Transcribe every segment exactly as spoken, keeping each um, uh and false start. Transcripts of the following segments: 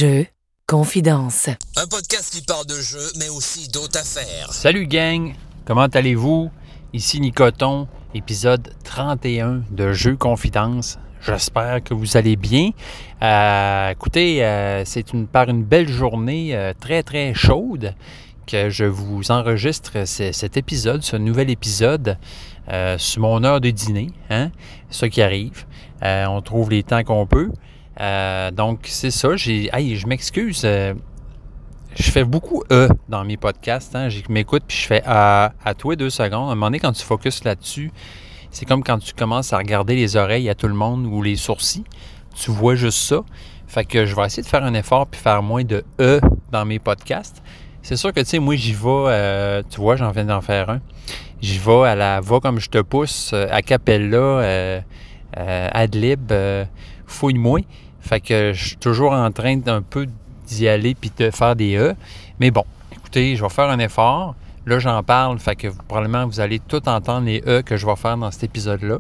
Jeux confidence. Un podcast qui parle de jeux, mais aussi d'autres affaires. Salut gang, comment allez-vous? Ici Nicoton, épisode trente et un de Jeux confidence. J'espère que vous allez bien. Euh, écoutez, euh, c'est une, par une belle journée euh, très très chaude que je vous enregistre c- cet épisode, ce nouvel épisode, euh, sur mon heure de dîner. Hein? C'est ça qui arrive. Euh, on trouve les temps qu'on peut. Euh, donc, c'est ça. J'ai, hey, je m'excuse. Euh, je fais beaucoup E dans mes podcasts. Hein? Je m'écoute puis je fais A à tous les deux secondes. À un moment donné, quand tu focuses là-dessus, c'est comme quand tu commences à regarder les oreilles à tout le monde ou les sourcils. Tu vois juste ça. Fait que je vais essayer de faire un effort puis faire moins de E dans mes podcasts. C'est sûr que, tu sais, moi, j'y vais, euh, tu vois, j'en viens d'en faire un. J'y vais à la va comme je te pousse, euh, a cappella, euh, euh, ad-lib, euh, fouille-moi. Fait que je suis toujours en train d'un peu d'y aller puis de faire des E. Mais bon, écoutez, je vais faire un effort. Là, j'en parle, fait que probablement vous allez tout entendre les E que je vais faire dans cet épisode-là.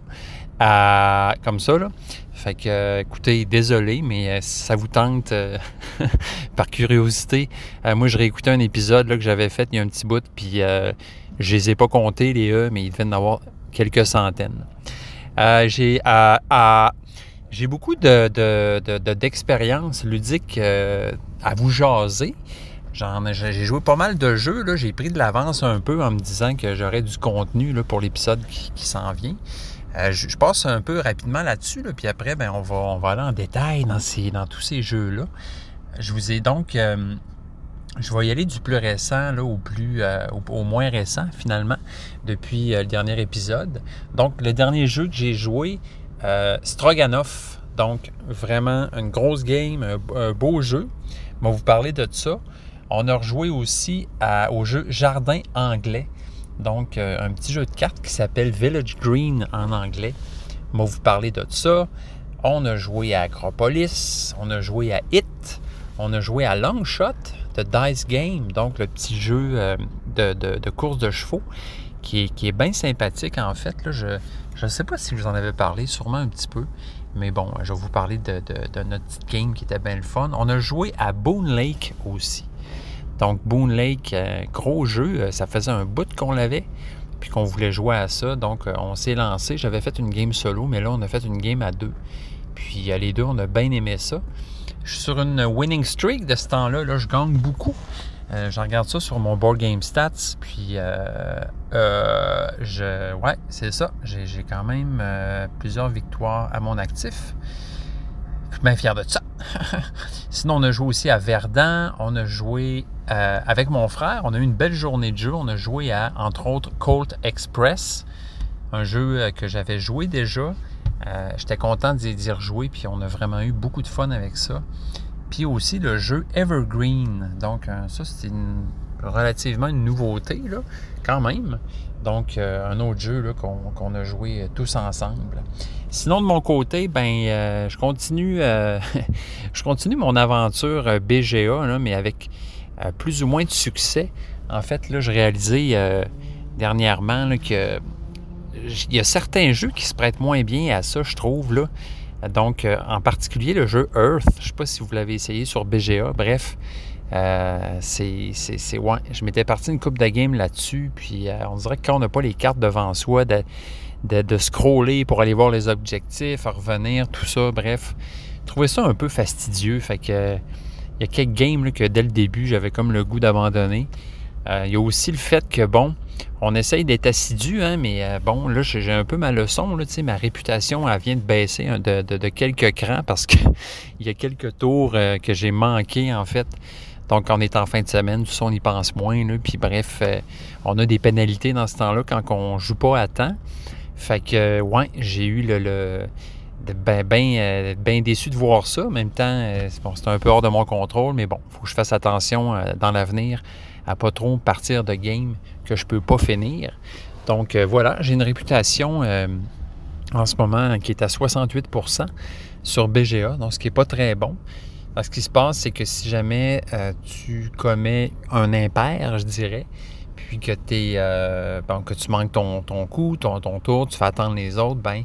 Euh, comme ça, là. Fait que, euh, écoutez, désolé, mais euh, si ça vous tente, euh, par curiosité, euh, moi, je réécoutais un épisode là, que j'avais fait il y a un petit bout, puis euh, je les ai pas comptés, les E, mais il devait y en avoir quelques centaines. Euh, j'ai, euh, euh, j'ai beaucoup de, de, de, de, d'expérience ludique euh, à vous jaser. Genre, j'ai joué pas mal de jeux, là. J'ai pris de l'avance un peu en me disant que j'aurais du contenu là, pour l'épisode qui, qui s'en vient. Euh, je, je passe un peu rapidement là-dessus, là, puis après, ben, on, va, on va aller en détail dans, ces, dans tous ces jeux-là. Je vous ai donc... Euh, je vais y aller du plus récent là, au, plus, euh, au, au moins récent, finalement, depuis euh, le dernier épisode. Donc, le dernier jeu que j'ai joué, euh, Stroganoff. Donc, vraiment une grosse game, un, un beau jeu. Je vais vous parler de ça. On a rejoué aussi à, au jeu Jardin anglais. Donc, euh, un petit jeu de cartes qui s'appelle Village Green en anglais. Je vais vous parler de ça. On a joué à Acropolis. On a joué à It. On a joué à Long Shot, de Dice Game. Donc, le petit jeu euh, de, de, de course de chevaux qui est, qui est bien sympathique, en fait. Là, je ne sais pas si je vous en avais parlé, sûrement un petit peu. Mais bon, je vais vous parler de, de, de notre petite game qui était bien le fun. On a joué à Boon Lake aussi. Donc, Boon Lake, euh, gros jeu. Ça faisait un bout qu'on l'avait, puis qu'on voulait jouer à ça. Donc, euh, on s'est lancé. J'avais fait une game solo, mais là, on a fait une game à deux. Puis, euh, les deux, on a bien aimé ça. Je suis sur une winning streak de ce temps-là. Là, je gagne beaucoup. Euh, je regarde ça sur mon Board Game Stats. Puis, euh, euh, je, ouais, c'est ça. J'ai, j'ai quand même euh, plusieurs victoires à mon actif. Je suis bien fier de ça. Sinon, on a joué aussi à Verdun. On a joué euh, avec mon frère. On a eu une belle journée de jeu. On a joué à, entre autres, Colt Express, un jeu euh, que j'avais joué déjà. Euh, j'étais content d'y, d'y rejouer, puis on a vraiment eu beaucoup de fun avec ça. Puis aussi le jeu Evergreen. Donc, euh, ça, c'est une, relativement une nouveauté, là, quand même. Donc, euh, un autre jeu là, qu'on, qu'on a joué tous ensemble. Sinon, de mon côté, ben, euh, je continue euh, je continue mon aventure B G A, là, mais avec euh, plus ou moins de succès. En fait, là, j'ai réalisé euh, dernièrement là, que il y a certains jeux qui se prêtent moins bien à ça, je trouve, là. Donc, euh, en particulier, le jeu Earth. Je ne sais pas si vous l'avez essayé sur B G A. Bref, euh, c'est, c'est, c'est... Ouais, je m'étais parti une couple de games là-dessus. Puis, euh, on dirait que quand on n'a pas les cartes devant soi, de, de, de scroller pour aller voir les objectifs, à revenir, tout ça, bref. Je trouvais ça un peu fastidieux. Fait que, euh, il y a quelques games là, que dès le début, j'avais comme le goût d'abandonner. Euh, il y a aussi le fait que, bon, on essaye d'être assidu, hein, mais euh, bon, là, j'ai un peu ma leçon, là, tu sais, ma réputation, elle vient de baisser hein, de, de, de quelques crans parce qu'il y a quelques tours euh, que j'ai manqués, en fait. Donc, on est en fin de semaine, tout ça, on y pense moins, là, puis bref, euh, on a des pénalités dans ce temps-là quand on joue pas à temps. Fait que, euh, ouais, j'ai eu le... le ben, ben, euh, ben déçu de voir ça. En même temps, euh, c'est, bon, c'est un peu hors de mon contrôle, mais bon, il faut que je fasse attention euh, dans l'avenir à pas trop partir de game que je peux pas finir. Donc euh, voilà, j'ai une réputation euh, en ce moment qui est à soixante-huit pour cent sur B G A, donc ce qui n'est pas très bon. Parce que ce qui se passe, c'est que si jamais euh, tu commets un impair, je dirais, puis que, t'es, euh, bon, que tu manques ton, ton coup, ton, ton tour, tu fais attendre les autres, ben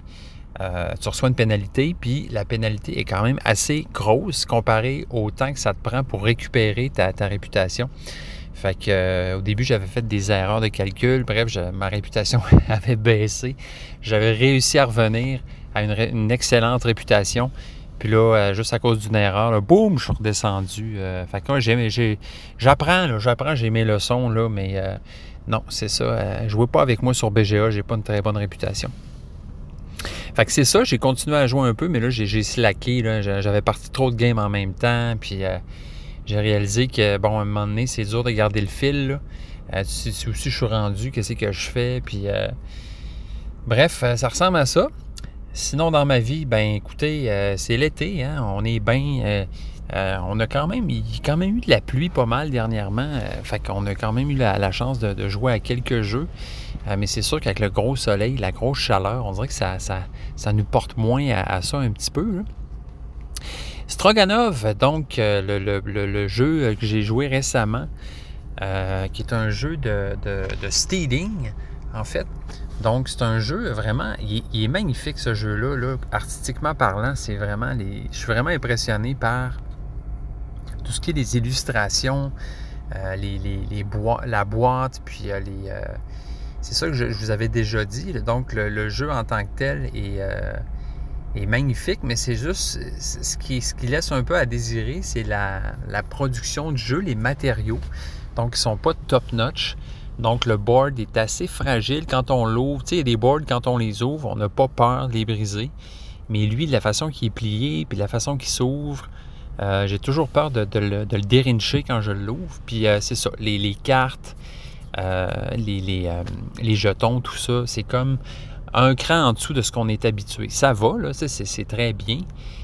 euh, tu reçois une pénalité, puis la pénalité est quand même assez grosse comparée au temps que ça te prend pour récupérer ta, ta réputation. Fait que euh, au début, j'avais fait des erreurs de calcul. Bref, je, ma réputation avait baissé. J'avais réussi à revenir à une, une excellente réputation. Puis là, euh, juste à cause d'une erreur, là, boum, je suis redescendu. Euh, fait que moi, j'ai, j'ai, j'apprends, là, j'apprends, j'ai mes leçons, là, mais euh, non, c'est ça. Euh, jouez pas avec moi sur B G A, j'ai pas une très bonne réputation. Fait que c'est ça, j'ai continué à jouer un peu, mais là, j'ai, j'ai slacké. Là, j'avais parti trop de games en même temps, puis... Euh, j'ai réalisé que, bon, à un moment donné, c'est dur de garder le fil, là. Euh, tu sais aussi, je suis rendu, qu'est-ce que je fais, puis... Euh... Bref, ça ressemble à ça. Sinon, dans ma vie, ben écoutez, euh, c'est l'été, hein, on est bien... Euh, euh, on a quand même... Il y a quand même eu de la pluie pas mal dernièrement, euh, fait qu'on a quand même eu la, la chance de, de jouer à quelques jeux. Euh, mais c'est sûr qu'avec le gros soleil, la grosse chaleur, on dirait que ça, ça, ça nous porte moins à, à ça un petit peu, là. Stroganov, donc euh, le, le, le, le jeu que j'ai joué récemment, euh, qui est un jeu de, de, de stealing, en fait. Donc, c'est un jeu vraiment... Il, il est magnifique, ce jeu-là, là, artistiquement parlant. C'est vraiment... les. Je suis vraiment impressionné par tout ce qui est les illustrations, euh, les, les, les boi- la boîte, puis euh, les... Euh, c'est ça que je, je vous avais déjà dit. Là. Donc, le, le jeu en tant que tel est... Euh, est magnifique, mais c'est juste ce qui, ce qui laisse un peu à désirer, c'est la, la production du jeu, les matériaux. Donc, ils ne sont pas top-notch. Donc, le board est assez fragile quand on l'ouvre. Tu sais, il y a des boards, quand on les ouvre, on n'a pas peur de les briser. Mais lui, de la façon qu'il est plié, puis de la façon qu'il s'ouvre, euh, j'ai toujours peur de, de, le, de le dérincher quand je l'ouvre. Puis, euh, c'est ça, les, les cartes, euh, les, les, euh, les jetons, tout ça, c'est comme... un cran en dessous de ce qu'on est habitué. Ça va, là, c'est, c'est très bien,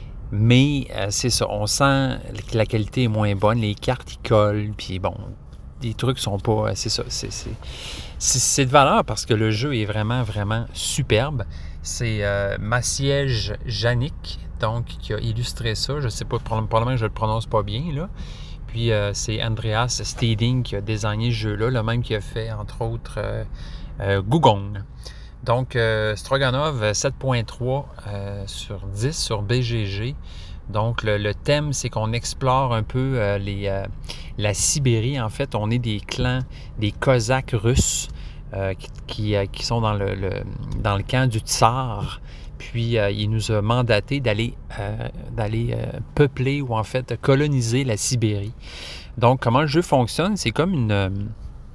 mais euh, c'est ça, on sent que la qualité est moins bonne, les cartes, ils collent, puis bon, les trucs sont pas... C'est ça, c'est, c'est, c'est, c'est de valeur parce que le jeu est vraiment, vraiment superbe. C'est euh, Maciej Janik, donc, qui a illustré ça. Je sais pas, probablement que je le prononce pas bien, là. Puis, euh, c'est Andreas Steeding qui a désigné ce jeu-là, le même qui a fait, entre autres, euh, euh, Gugong. Donc, euh, Stroganov sept point trois euh, sur dix sur B G G. Donc, le, le thème, c'est qu'on explore un peu euh, les, euh, la Sibérie. En fait, on est des clans, des Cosaques russes euh, qui, qui, euh, qui sont dans le, le, dans le camp du Tsar. Puis, euh, il nous a mandaté d'aller, euh, d'aller euh, peupler ou en fait coloniser la Sibérie. Donc, comment le jeu fonctionne? C'est comme une,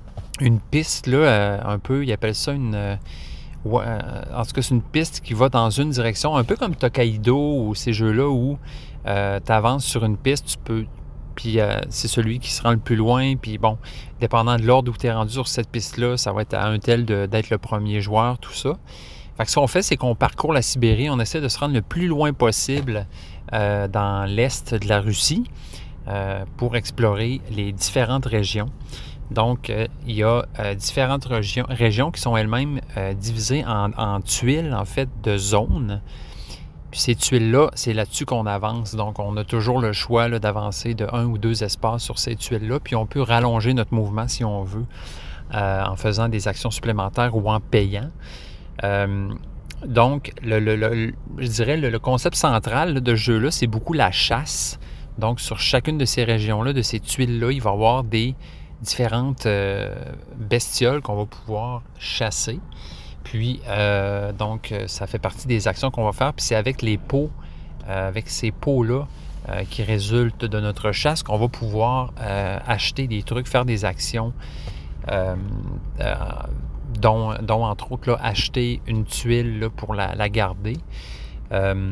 une piste, là, euh, un peu, ils appellent ça une... Euh, Ouais, en tout cas, c'est une piste qui va dans une direction, un peu comme Tokaido ou ces jeux-là où euh, tu avances sur une piste, tu peux, puis euh, c'est celui qui se rend le plus loin, puis bon, dépendant de l'ordre où tu es rendu sur cette piste-là, ça va être à un tel de, d'être le premier joueur, tout ça. Fait que ce qu'on fait, c'est qu'on parcourt la Sibérie, on essaie de se rendre le plus loin possible euh, dans l'est de la Russie euh, pour explorer les différentes régions. Donc, euh, il y a euh, différentes régions, régions qui sont elles-mêmes euh, divisées en, en tuiles, en fait, de zones. Puis ces tuiles-là, c'est là-dessus qu'on avance. Donc, on a toujours le choix là, d'avancer de un ou deux espaces sur ces tuiles-là. Puis on peut rallonger notre mouvement si on veut, euh, en faisant des actions supplémentaires ou en payant. Euh, donc, le, le, le, je dirais le, le concept central là, de ce jeu-là, c'est beaucoup la chasse. Donc, sur chacune de ces régions-là, de ces tuiles-là, il va y avoir des différentes euh, bestioles qu'on va pouvoir chasser. Puis, euh, donc, ça fait partie des actions qu'on va faire. Puis, c'est avec les pots, euh, avec ces pots-là euh, qui résultent de notre chasse qu'on va pouvoir euh, acheter des trucs, faire des actions, euh, euh, dont, dont, entre autres, là, acheter une tuile là, pour la, la garder. Euh,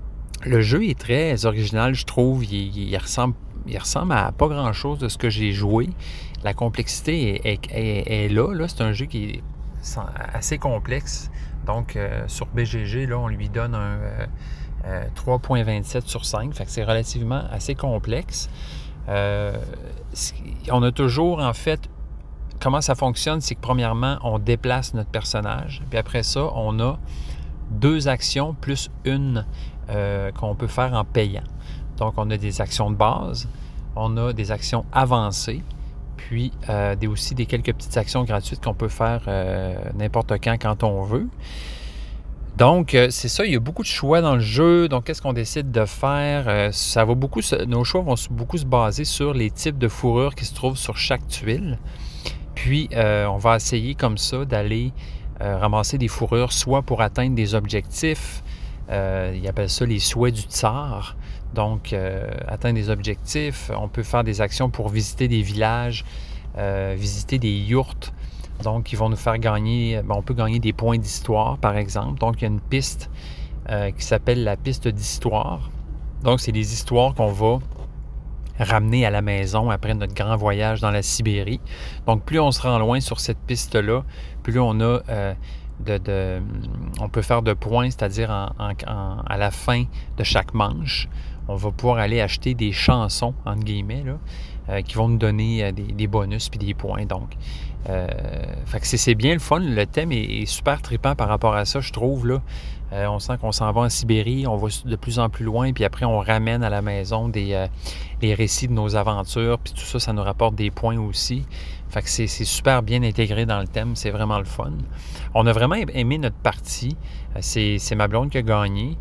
le jeu est très original, je trouve. Il, il, il ressemble Il ressemble à pas grand-chose de ce que j'ai joué. La complexité est, est, est, est là, là. C'est un jeu qui est assez complexe. Donc, euh, sur B G G, là, on lui donne un euh, euh, trois virgule vingt-sept sur cinq. Fait que c'est relativement assez complexe. Euh, on a toujours, en fait, comment ça fonctionne, c'est que premièrement, on déplace notre personnage. Puis après ça, on a deux actions plus une euh, qu'on peut faire en payant. Donc, on a des actions de base, on a des actions avancées, puis euh, des, aussi des quelques petites actions gratuites qu'on peut faire euh, n'importe quand, quand on veut. Donc, euh, c'est ça, il y a beaucoup de choix dans le jeu. Donc, qu'est-ce qu'on décide de faire? Euh, ça va beaucoup, se, nos choix vont beaucoup se baser sur les types de fourrures qui se trouvent sur chaque tuile. Puis, euh, on va essayer comme ça d'aller euh, ramasser des fourrures, soit pour atteindre des objectifs. Euh, ils appellent ça les souhaits du tsar. Donc, euh, atteindre des objectifs. On peut faire des actions pour visiter des villages, euh, visiter des yourtes. Donc, ils vont nous faire gagner, ben, on peut gagner des points d'histoire, par exemple. Donc, il y a une piste euh, qui s'appelle la piste d'histoire. Donc, c'est des histoires qu'on va ramener à la maison après notre grand voyage dans la Sibérie. Donc, plus on se rend loin sur cette piste-là, plus on a euh, de, de... On peut faire de points, c'est-à-dire en, en, en, à la fin de chaque manche, on va pouvoir aller acheter des chansons, entre guillemets, là, euh, qui vont nous donner euh, des, des bonus puis des points. Donc, euh, fait que c'est, c'est bien le fun. Le thème est, est super trippant par rapport à ça, je trouve. Là. Euh, on sent qu'on s'en va en Sibérie, on va de plus en plus loin, puis après, on ramène à la maison des, euh, les récits de nos aventures, puis tout ça, ça nous rapporte des points aussi. Fait que c'est, c'est super bien intégré dans le thème, c'est vraiment le fun. On a vraiment aimé notre partie. C'est, c'est ma blonde qui a gagné.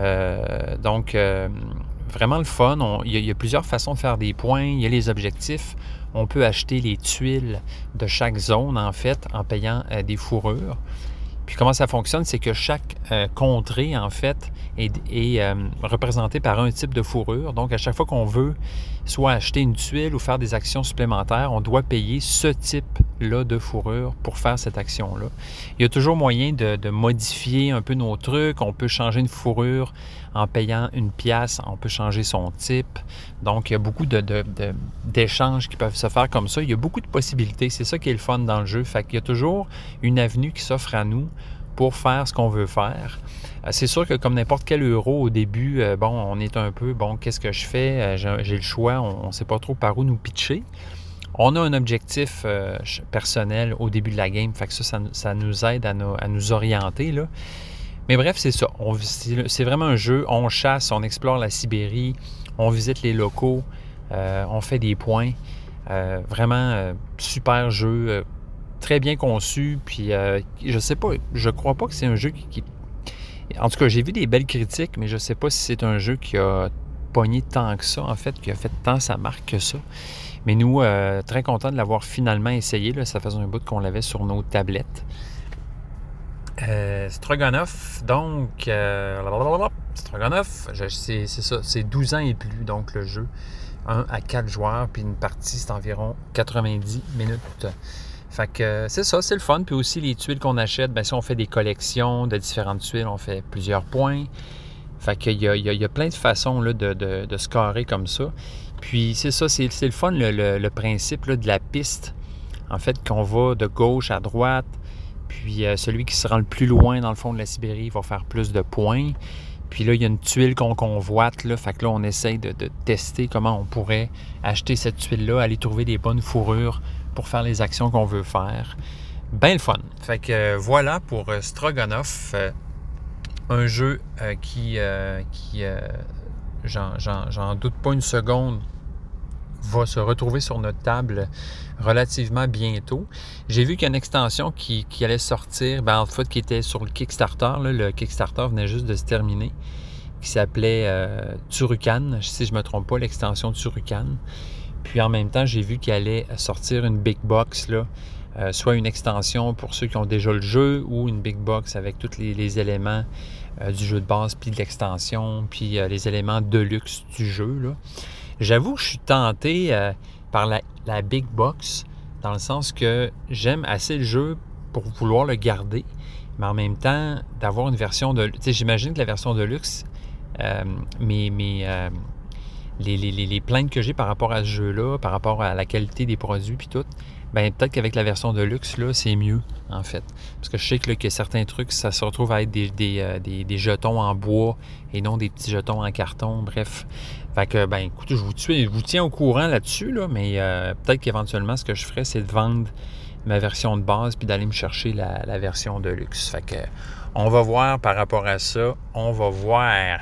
Euh, donc, euh, vraiment le fun. On, il, y a, il y a plusieurs façons de faire des points. Il y a les objectifs. On peut acheter les tuiles de chaque zone, en fait, en payant euh, des fourrures. Puis comment ça fonctionne, c'est que chaque euh, contrée, en fait, est, est euh, représentée par un type de fourrure. Donc, à chaque fois qu'on veut soit acheter une tuile ou faire des actions supplémentaires, on doit payer ce type-là de fourrure pour faire cette action-là. Il y a toujours moyen de, de modifier un peu nos trucs. On peut changer une fourrure en payant une pièce. On peut changer son type. Donc, il y a beaucoup de, de, de, d'échanges qui peuvent se faire comme ça. Il y a beaucoup de possibilités. C'est ça qui est le fun dans le jeu. Fait qu'il y a toujours une avenue qui s'offre à nous pour faire ce qu'on veut faire. Euh, c'est sûr que comme n'importe quel euro au début, euh, bon, on est un peu, bon, qu'est-ce que je fais? Euh, j'ai, j'ai le choix, on ne sait pas trop par où nous pitcher. On a un objectif euh, personnel au début de la game, fait que ça, ça, ça nous aide à nous, à nous orienter, là. Mais bref, c'est ça. On, c'est, c'est vraiment un jeu, on chasse, on explore la Sibérie, on visite les locaux, euh, on fait des points. Euh, vraiment euh, super jeu, euh, très bien conçu, puis euh, je sais pas, je crois pas que c'est un jeu qui, qui... En tout cas, j'ai vu des belles critiques, mais je sais pas si c'est un jeu qui a pogné tant que ça, en fait, qui a fait tant sa marque que ça. Mais nous, euh, très contents de l'avoir finalement essayé, là, ça faisait un bout qu'on l'avait sur nos tablettes. Euh, Stroganoff, donc, euh, Stroganoff, je, c'est, c'est ça, c'est douze ans et plus, donc le jeu, un à quatre joueurs, puis une partie, c'est environ quatre-vingt-dix minutes. Fait que c'est ça, c'est le fun. Puis aussi, les tuiles qu'on achète, bien, si on fait des collections de différentes tuiles, on fait plusieurs points. Fait qu'il y a, il y a, il y a plein de façons là, de, de, de scorer comme ça. Puis c'est ça, c'est, c'est le fun, le, le, le principe là, de la piste. En fait, qu'on va de gauche à droite. Puis euh, celui qui se rend le plus loin dans le fond de la Sibérie va faire plus de points. Puis là, il y a une tuile qu'on convoite. Là, fait que là, on essaye de, de tester comment on pourrait acheter cette tuile-là, aller trouver des bonnes fourrures pour faire les actions qu'on veut faire. Ben le fun. Fait que euh, voilà pour euh, Stroganoff, euh, un jeu euh, qui, euh, qui euh, j'en, j'en, j'en doute pas une seconde, va se retrouver sur notre table relativement bientôt. J'ai vu qu'il y a une extension qui, qui allait sortir, ben en fait qui était sur le Kickstarter, là, le Kickstarter venait juste de se terminer, qui s'appelait euh, Turrican, si je ne me trompe pas, l'extension Turrican. Puis en même temps, j'ai vu qu'il allait sortir une big box, là, euh, soit une extension pour ceux qui ont déjà le jeu ou une big box avec tous les, les éléments euh, du jeu de base, puis de l'extension, puis euh, les éléments de luxe du jeu, là. J'avoue que je suis tenté euh, par la, la big box, dans le sens que j'aime assez le jeu pour vouloir le garder, mais en même temps, d'avoir une version de... Tu sais, j'imagine que la version de luxe, euh, mes, mes, euh, les, les, les plaintes que j'ai par rapport à ce jeu-là, par rapport à la qualité des produits puis tout, ben peut-être qu'avec la version de luxe, là, c'est mieux, en fait. Parce que je sais que, là, que certains trucs, ça se retrouve à être des, des, euh, des, des jetons en bois et non des petits jetons en carton, bref. Fait que, ben écoutez, je vous, je vous tiens au courant là-dessus, là, mais euh, peut-être qu'éventuellement, ce que je ferais, c'est de vendre ma version de base puis d'aller me chercher la, la version de luxe. Fait que, on va voir par rapport à ça. On va voir.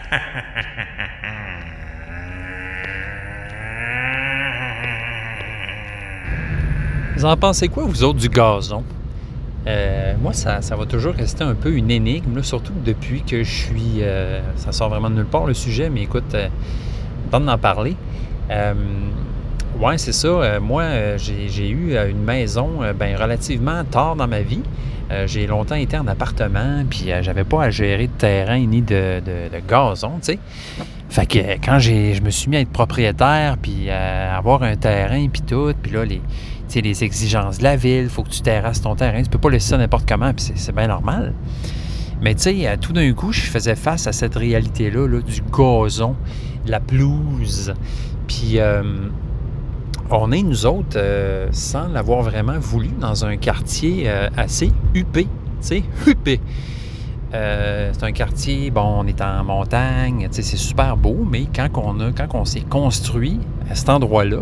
Vous en pensez quoi, vous autres, du gazon? Euh, moi, ça, ça va toujours rester un peu une énigme, là, surtout depuis que je suis... Euh, ça sort vraiment de nulle part, le sujet, mais écoute, euh, tente d'en parler. Euh, ouais, c'est ça. Euh, moi, euh, j'ai, j'ai eu euh, une maison euh, ben, relativement tard dans ma vie. Euh, j'ai longtemps été en appartement, puis euh, j'avais pas à gérer de terrain ni de, de, de gazon, tu sais. Fait que euh, quand j'ai, je me suis mis à être propriétaire, puis euh, avoir un terrain, puis tout, puis là, les... les exigences de la ville, il faut que tu terrasses ton terrain. Tu peux pas laisser ça n'importe comment, puis c'est, c'est bien normal. Mais tu sais, tout d'un coup, je faisais face à cette réalité-là, là, du gazon, de la pelouse. Puis euh, on est, nous autres, euh, sans l'avoir vraiment voulu, dans un quartier euh, assez huppé, tu sais, huppé. Euh, c'est un quartier, bon, on est en montagne, tu sais, c'est super beau, mais quand on, a, quand on s'est construit à cet endroit-là,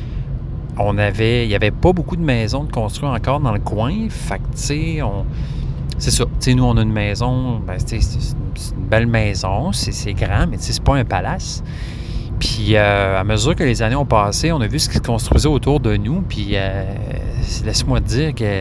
on avait, il n'y avait pas beaucoup de maisons de construire encore dans le coin. Fait que, tu sais, on... c'est ça. Tu sais, nous, on a une maison, ben, c'est, c'est une belle maison, c'est, c'est grand, mais tu sais, c'est pas un palace. Puis, euh, à mesure que les années ont passé, on a vu ce qui se construisait autour de nous. Puis, euh, laisse-moi te dire que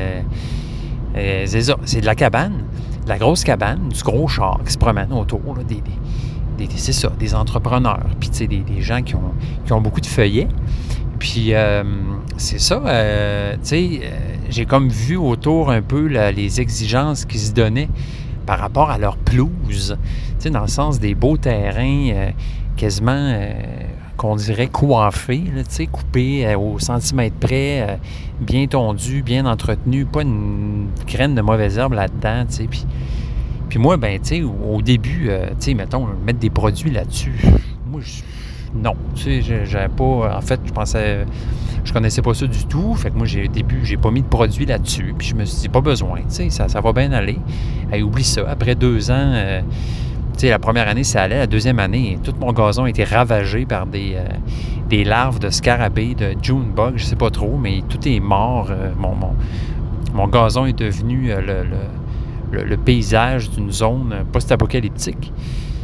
euh, c'est ça, c'est de la cabane, de la grosse cabane, du gros char qui se promène autour, là, des, des, des, c'est ça, des entrepreneurs. Puis, tu sais, des, des gens qui ont, qui ont beaucoup de feuillets. Puis, euh, c'est ça, euh, tu sais, euh, j'ai comme vu autour un peu là, les exigences qu'ils se donnaient par rapport à leur pelouse. Tu sais, dans le sens des beaux terrains euh, quasiment, euh, qu'on dirait coiffés, tu sais, coupés euh, au centimètre près, euh, bien tondus, bien entretenus, pas une graine de mauvaise herbe là-dedans, tu sais. Puis, puis moi, ben, tu sais, au début, euh, tu sais, mettons, mettre des produits là-dessus, moi, je... Non, tu sais, j'avais pas... En fait, je pensais... Je connaissais pas ça du tout. Fait que moi, j'ai, au début, j'ai pas mis de produit là-dessus. Puis je me suis dit, pas besoin, tu sais, ça, ça va bien aller. Hey, oublie ça. Après deux ans, euh, tu sais, la première année, ça allait. La deuxième année, tout mon gazon a été ravagé par des, euh, des larves de scarabées, de Junebug, je sais pas trop, mais tout est mort. Euh, mon, mon, mon gazon est devenu euh, le, le, le, le paysage d'une zone post-apocalyptique.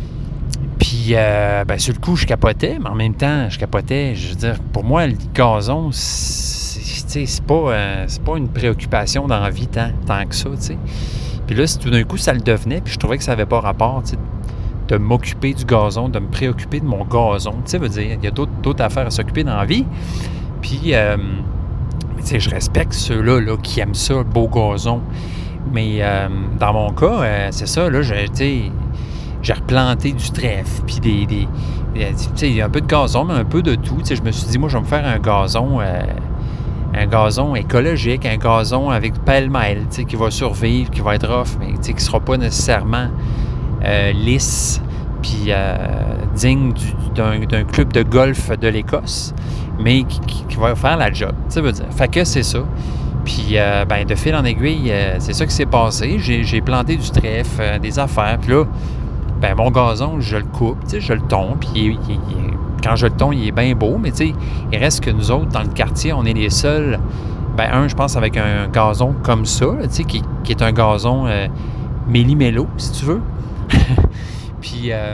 Puis, euh, ben, sur le coup, je capotais, mais en même temps, je capotais. Je veux dire, pour moi, le gazon, c'est, c'est, pas, euh, c'est pas une préoccupation dans la vie tant, tant que ça, tu sais. Puis là, tout d'un coup, ça le devenait, puis je trouvais que ça n'avait pas rapport, tu sais, de m'occuper du gazon, de me préoccuper de mon gazon. Tu sais, veut dire, il y a d'autres, d'autres affaires à s'occuper dans la vie. Puis, euh, tu sais, je respecte ceux-là là, qui aiment ça, le beau gazon. Mais euh, dans mon cas, euh, c'est ça, là, tu sais... J'ai replanté du trèfle, puis des, des, des tu sais, un peu de gazon, mais un peu de tout. Tu sais, je me suis dit, moi, je vais me faire un gazon, euh, un gazon écologique, un gazon avec pêle-mêle, tu sais, qui va survivre, qui va être rough, mais tu sais, qui ne sera pas nécessairement euh, lisse, puis euh, digne du, d'un, d'un club de golf de l'Écosse, mais qui, qui, qui va faire la job. Tu sais, veut dire. Fait que c'est ça. Puis, euh, ben, de fil en aiguille, euh, c'est ça qui s'est passé. J'ai, j'ai planté du trèfle, euh, des affaires, puis là, ben mon gazon, je le coupe, tu sais, je le tombe, puis il, il, il, quand je le tombe, il est bien beau, mais tu sais, il reste que nous autres, dans le quartier, on est les seuls, ben un, je pense, avec un gazon comme ça, tu sais, qui, qui est un gazon euh, méli-mélo, si tu veux. Puis, euh,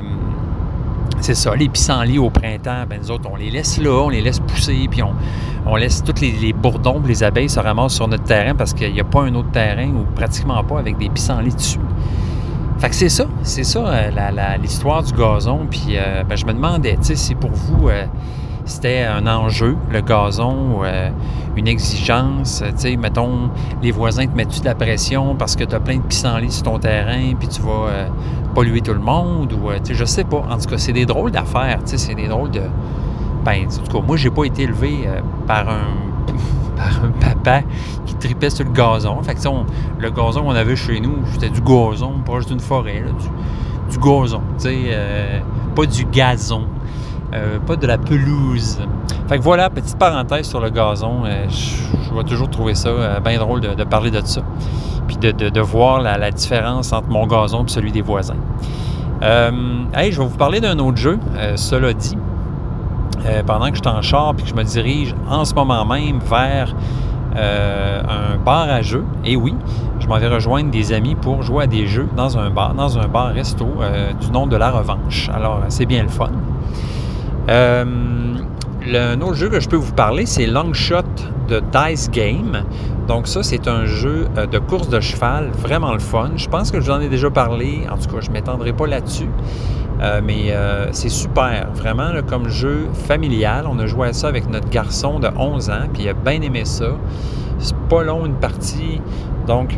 c'est ça, les pissenlits au printemps, ben nous autres, on les laisse là, on les laisse pousser, puis on, on laisse tous les, les bourdons, les abeilles se ramassent sur notre terrain parce qu'il n'y a pas un autre terrain, ou pratiquement pas, avec des pissenlits dessus. Fait que c'est ça, c'est ça euh, la, la, l'histoire du gazon. Puis euh, ben, je me demandais, tu sais, si pour vous euh, c'était un enjeu, le gazon, euh, une exigence, tu sais, mettons, les voisins te mettent-tu de la pression parce que tu as plein de pissenlits sur ton terrain, puis tu vas euh, polluer tout le monde, ou, euh, tu sais, je sais pas. En tout cas, c'est des drôles d'affaires, tu sais, c'est des drôles de... Ben, en tout cas, moi, j'ai pas été élevé euh, par un... par un papa qui tripait sur le gazon. Fait que, tu sais, on, le gazon qu'on avait chez nous, c'était du gazon, proche d'une forêt, là, du, du gazon, tu sais, euh, pas du gazon, euh, pas de la pelouse. Fait que voilà, petite parenthèse sur le gazon. Euh, je, je vais toujours trouver ça euh, bien drôle de, de parler de ça, puis de, de, de voir la, la différence entre mon gazon et celui des voisins. Euh, hey, je vais vous parler d'un autre jeu, euh, cela dit. Euh, pendant que je suis en char et que je me dirige en ce moment même vers euh, un bar à jeux. Et oui, je m'en vais rejoindre des amis pour jouer à des jeux dans un bar, dans un bar-resto euh, du nom de La Revanche. Alors, c'est bien le fun. Euh, le, un autre jeu que je peux vous parler, c'est Longshot de Dice Game. Donc ça, c'est un jeu euh, de course de cheval, vraiment le fun. Je pense que je vous en ai déjà parlé. En tout cas, je ne m'étendrai pas là-dessus. Euh, mais euh, c'est super, vraiment, là, comme jeu familial. On a joué à ça avec notre garçon de onze ans, puis il a bien aimé ça. C'est pas long, une partie. Donc,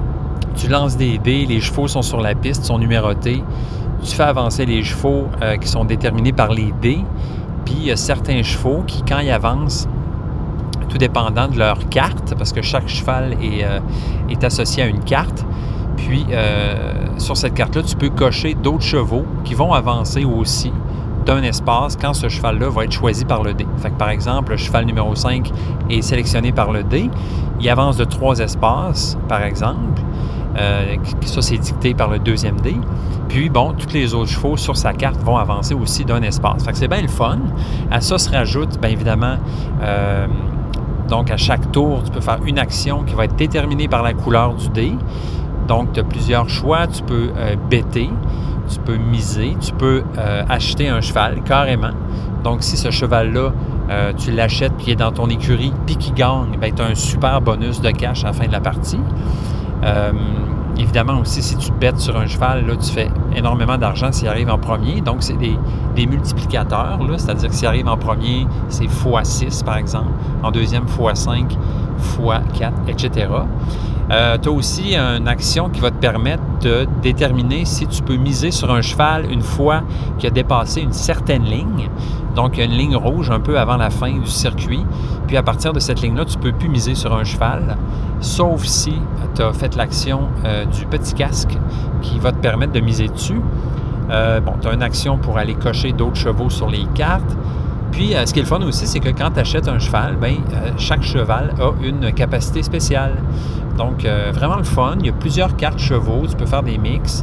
tu lances des dés, les chevaux sont sur la piste, sont numérotés. Tu fais avancer les chevaux euh, qui sont déterminés par les dés. Puis, il y a certains chevaux qui, quand ils avancent, tout dépendant de leur carte, parce que chaque cheval est, euh, est associé à une carte, puis euh, sur cette carte-là, tu peux cocher d'autres chevaux qui vont avancer aussi d'un espace quand ce cheval-là va être choisi par le dé. Fait que, par exemple, le cheval numéro cinq est sélectionné par le dé. Il avance de trois espaces, par exemple. Euh, ça, c'est dicté par le deuxième dé. Puis, bon, tous les autres chevaux sur sa carte vont avancer aussi d'un espace. Fait que c'est bien le fun. À ça se rajoute, bien évidemment, euh, donc à chaque tour, tu peux faire une action qui va être déterminée par la couleur du dé. Donc, tu as plusieurs choix. Tu peux euh, bêter, tu peux miser, tu peux euh, acheter un cheval, carrément. Donc, si ce cheval-là, euh, tu l'achètes, puis il est dans ton écurie, puis qu'il gagne, bien, tu as un super bonus de cash à la fin de la partie. Euh, évidemment aussi, si tu bêtes sur un cheval, là, tu fais énormément d'argent s'il arrive en premier. Donc, c'est des, des multiplicateurs, là, c'est-à-dire que s'il arrive en premier, c'est fois six, par exemple. En deuxième, fois cinq, fois quatre, et cetera. Euh, tu as aussi une action qui va te permettre de déterminer si tu peux miser sur un cheval une fois qu'il a dépassé une certaine ligne. Donc, il y a une ligne rouge un peu avant la fin du circuit. Puis, à partir de cette ligne-là, tu ne peux plus miser sur un cheval, sauf si tu as fait l'action euh, du petit casque qui va te permettre de miser dessus. Euh, bon, tu as une action pour aller cocher d'autres chevaux sur les cartes. Puis, euh, ce qui est le fun aussi, c'est que quand tu achètes un cheval, bien, euh, chaque cheval a une capacité spéciale. Donc, euh, vraiment le fun. Il y a plusieurs cartes chevaux. Tu peux faire des mix.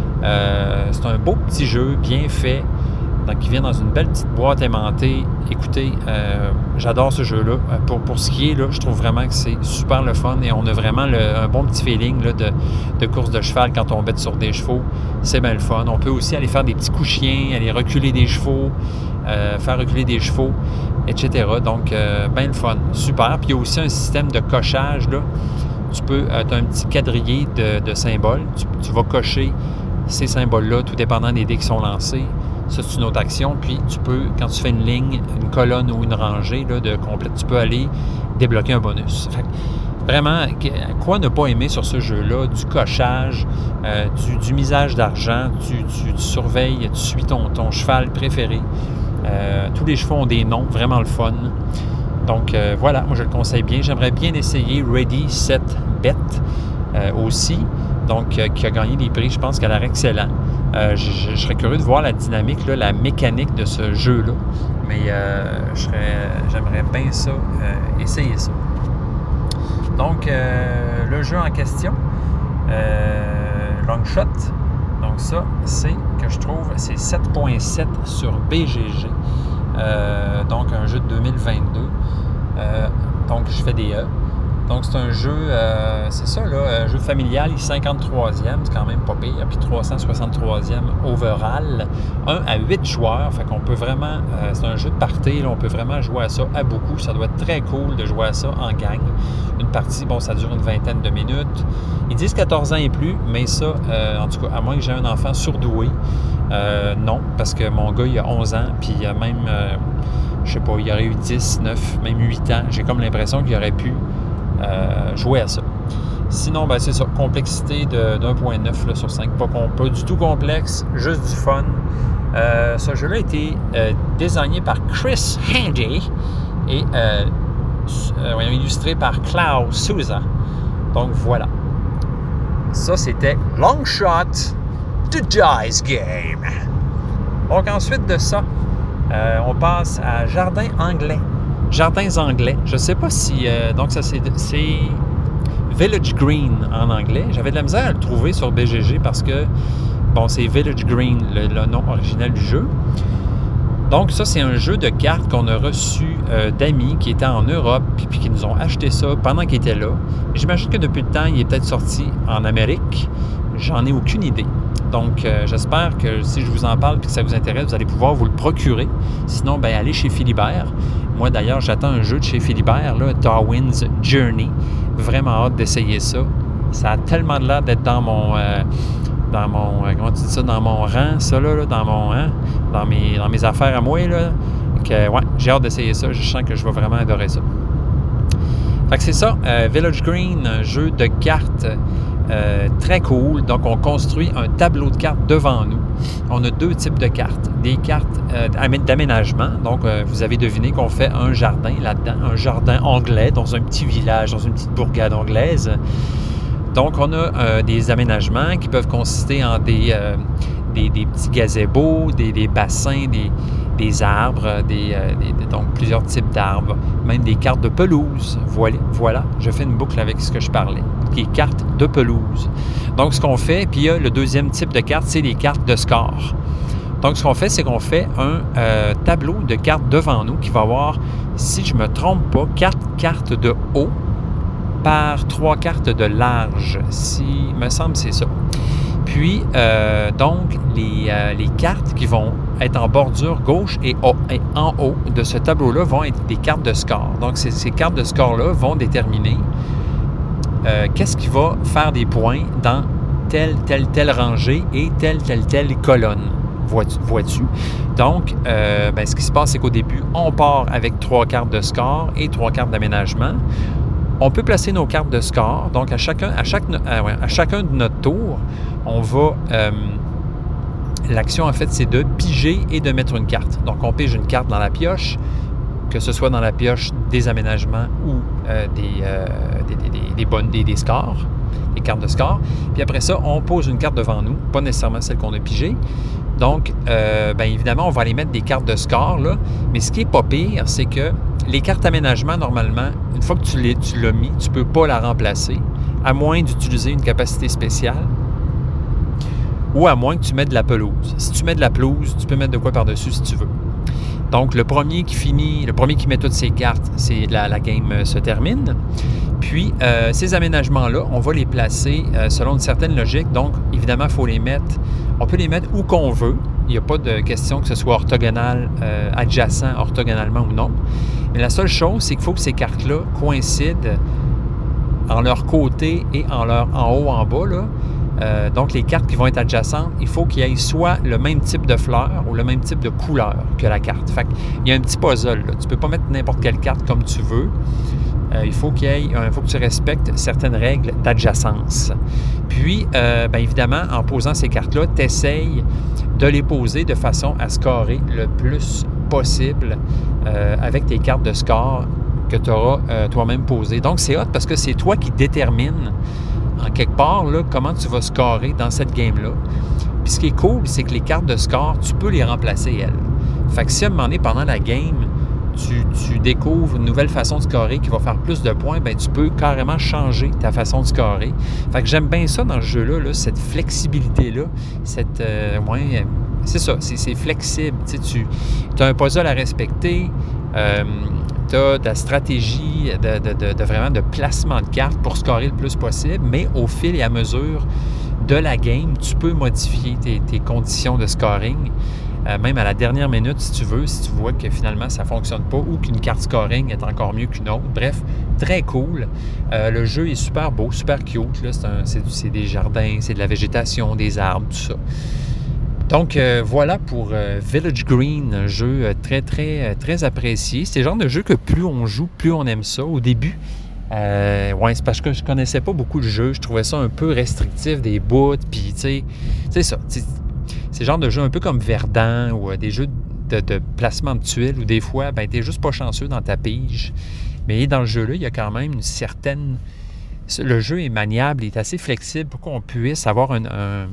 Euh, c'est un beau petit jeu, bien fait. Donc, il vient dans une belle petite boîte aimantée. Écoutez, euh, j'adore ce jeu-là. Pour, pour ce qui est, là, je trouve vraiment que c'est super le fun et on a vraiment le, un bon petit feeling là, de, de course de cheval quand on bête sur des chevaux. C'est bien le fun. On peut aussi aller faire des petits coups chiens, aller reculer des chevaux, euh, faire reculer des chevaux, et cetera. Donc, euh, bien le fun. Super. Puis, il y a aussi un système de cochage, là. Tu peux, euh, tu as un petit quadrillé de, de symboles. Tu, tu vas cocher ces symboles-là, tout dépendant des dés qui sont lancés. Ça, c'est une autre action. Puis, tu peux, quand tu fais une ligne, une colonne ou une rangée là, de complète, tu peux aller débloquer un bonus. Fait que, vraiment, quoi ne pas aimer sur ce jeu-là? Du cochage, euh, du, du misage d'argent, tu, tu, tu surveilles, tu suis ton, ton cheval préféré. Euh, tous les chevaux ont des noms, vraiment le fun. Donc, euh, voilà, moi, je le conseille bien. J'aimerais bien essayer Ready, Set, Bet euh, aussi. Donc, euh, qui a gagné des prix, je pense qu'elle a l'air excellent. Euh, je, je serais curieux de voir la dynamique, là, la mécanique de ce jeu-là. Mais euh, je serais, j'aimerais bien ça, euh, essayer ça. Donc, euh, le jeu en question, euh, Longshot. Donc, ça, c'est que je trouve, c'est sept virgule sept sur B G G. Euh, donc, un jeu de deux mille vingt-deux. Euh, donc, je fais des E. Donc, c'est un jeu, euh, c'est ça, là, un jeu familial, il est cinquante-troisième, c'est quand même pas pire, puis trois cent soixante-troisième overall, un à huit joueurs, fait qu'on peut vraiment, euh, c'est un jeu de party, là, on peut vraiment jouer à ça à beaucoup, ça doit être très cool de jouer à ça en gang. Une partie, bon, ça dure une vingtaine de minutes. Ils disent quatorze ans et plus, mais ça, euh, en tout cas, à moins que j'ai un enfant surdoué, euh, non, parce que mon gars, il a onze ans, puis il a même, euh, je sais pas, il aurait eu dix, neuf, même huit ans, j'ai comme l'impression qu'il aurait pu Euh, jouer à ça. Sinon, ben, c'est ça, complexité de, d'un virgule neuf là, sur cinq, pas, pas du tout complexe, juste du fun. Euh, ce jeu-là a été euh, designé par Chris Handy et euh, euh, illustré par Klaus Souza. Donc voilà. Ça, c'était Longshot de Dice Game. Donc ensuite de ça, euh, on passe à Jardin Anglais. Jardins anglais. Je ne sais pas si... Euh, donc, ça, c'est, c'est Village Green en anglais. J'avais de la misère à le trouver sur B G G parce que, bon, c'est Village Green, le, le nom original du jeu. Donc, ça, c'est un jeu de cartes qu'on a reçu euh, d'amis qui étaient en Europe puis, puis qui nous ont acheté ça pendant qu'ils étaient là. J'imagine que depuis le temps, il est peut-être sorti en Amérique. J'en ai aucune idée. Donc, euh, j'espère que si je vous en parle et que ça vous intéresse, vous allez pouvoir vous le procurer. Sinon, ben allez chez Philibert. Moi, d'ailleurs, j'attends un jeu de chez Philibert, là, Darwin's Journey. Vraiment hâte d'essayer ça. Ça a tellement l'air d'être dans mon... Euh, dans mon... Euh, comment tu dis ça? Dans mon rang, ça, là, là dans mon... Hein, dans, mes, dans mes affaires à moi, là. Que, ouais, j'ai hâte d'essayer ça. Je sens que je vais vraiment adorer ça. Fait que c'est ça. Euh, Village Green, un jeu de cartes euh, très cool. Donc, on construit un tableau de cartes devant nous. On a deux types de cartes. Des cartes euh, d'aménagement. Donc, euh, vous avez deviné qu'on fait un jardin là-dedans. Un jardin anglais dans un petit village, dans une petite bourgade anglaise. Donc, on a euh, des aménagements qui peuvent consister en des, euh, des, des petits gazebos, des, des bassins, des, des arbres, des, euh, des, donc plusieurs types d'arbres, même des cartes de pelouse. Voilà, voilà, je fais une boucle avec ce que je parlais, des cartes de pelouse. Donc, ce qu'on fait, puis il y a le deuxième type de cartes, c'est les cartes de score. Donc, ce qu'on fait, c'est qu'on fait un euh, tableau de cartes devant nous qui va avoir, si je ne me trompe pas, quatre cartes de haut par trois cartes de large, si me semble c'est ça. Puis, euh, donc, les, euh, les cartes qui vont être en bordure gauche et, haut, et en haut de ce tableau-là vont être des cartes de score. Donc, ces, ces cartes de score-là vont déterminer euh, qu'est-ce qui va faire des points dans telle, telle, telle rangée et telle, telle, telle colonne. Vois-tu? vois-tu? Donc, euh, ben, ce qui se passe, c'est qu'au début, on part avec trois cartes de score et trois cartes d'aménagement. On peut placer nos cartes de score. Donc, à chacun, à chaque, à, ouais, à chacun de notre tour, on va... Euh, l'action, en fait, c'est de piger et de mettre une carte. Donc, on pige une carte dans la pioche, que ce soit dans la pioche des aménagements ou euh, des, euh, des, des, des, des, bonnes, des, des scores, des cartes de score. Puis après ça, on pose une carte devant nous, pas nécessairement celle qu'on a pigée. Donc, euh, bien évidemment, on va aller mettre des cartes de score, là. Mais ce qui n'est pas pire, c'est que les cartes aménagement, normalement, une fois que tu l'as, tu l'as mis, tu ne peux pas la remplacer, à moins d'utiliser une capacité spéciale ou à moins que tu mettes de la pelouse. Si tu mets de la pelouse, tu peux mettre de quoi par-dessus si tu veux. Donc, le premier qui finit, le premier qui met toutes ses cartes, c'est la, la game euh, se termine. Puis, euh, ces aménagements-là, on va les placer euh, selon une certaine logique. Donc, évidemment, il faut les mettre, on peut les mettre où qu'on veut. Il n'y a pas de question que ce soit orthogonal, euh, adjacent, orthogonalement ou non. Mais la seule chose, c'est qu'il faut que ces cartes-là coïncident en leur côté et en leur en haut, en bas, là. Euh, donc, les cartes qui vont être adjacentes, il faut qu'il y ait soit le même type de fleur ou le même type de couleur que la carte. Fait qu'il y a un petit puzzle, là. Tu ne peux pas mettre n'importe quelle carte comme tu veux. Euh, il faut qu'il y ait, il faut que tu respectes certaines règles d'adjacence. Puis, euh, bien évidemment, en posant ces cartes-là, tu essayes de les poser de façon à scorer le plus possible euh, avec tes cartes de score que tu auras euh, toi-même posées. Donc, c'est hot parce que c'est toi qui détermines en quelque part, là, comment tu vas scorer dans cette game-là. Puis ce qui est cool, c'est que les cartes de score, tu peux les remplacer, elles. Fait que si à un moment donné, pendant la game, tu, tu découvres une nouvelle façon de scorer qui va faire plus de points, bien, tu peux carrément changer ta façon de scorer. Fait que j'aime bien ça dans ce jeu-là, là, cette flexibilité-là, cette... Euh, ouais, c'est ça, c'est, c'est flexible. Tu sais, tu as un puzzle à respecter, euh, tu as de la stratégie de, de, de, de vraiment de placement de cartes pour scorer le plus possible, mais au fil et à mesure de la game, tu peux modifier tes, tes conditions de scoring, euh, même à la dernière minute si tu veux, si tu vois que finalement ça ne fonctionne pas ou qu'une carte scoring est encore mieux qu'une autre. Bref, très cool. Euh, le jeu est super beau, super cute. Là. C'est, un, c'est, c'est des jardins, c'est de la végétation, des arbres, tout ça. Donc, euh, voilà pour euh, Village Green, un jeu euh, très, très, très apprécié. C'est le genre de jeu que plus on joue, plus on aime ça. Au début, euh, ouais, c'est parce que je connaissais pas beaucoup de jeux. Je trouvais ça un peu restrictif, des bouts, puis tu sais, c'est ça. C'est, c'est le genre de jeu un peu comme Verdun ou euh, des jeux de, de placement de tuiles où des fois, ben, t'es juste pas chanceux dans ta pige. Mais dans le jeu-là, il y a quand même une certaine... Le jeu est maniable, il est assez flexible pour qu'on puisse avoir un... un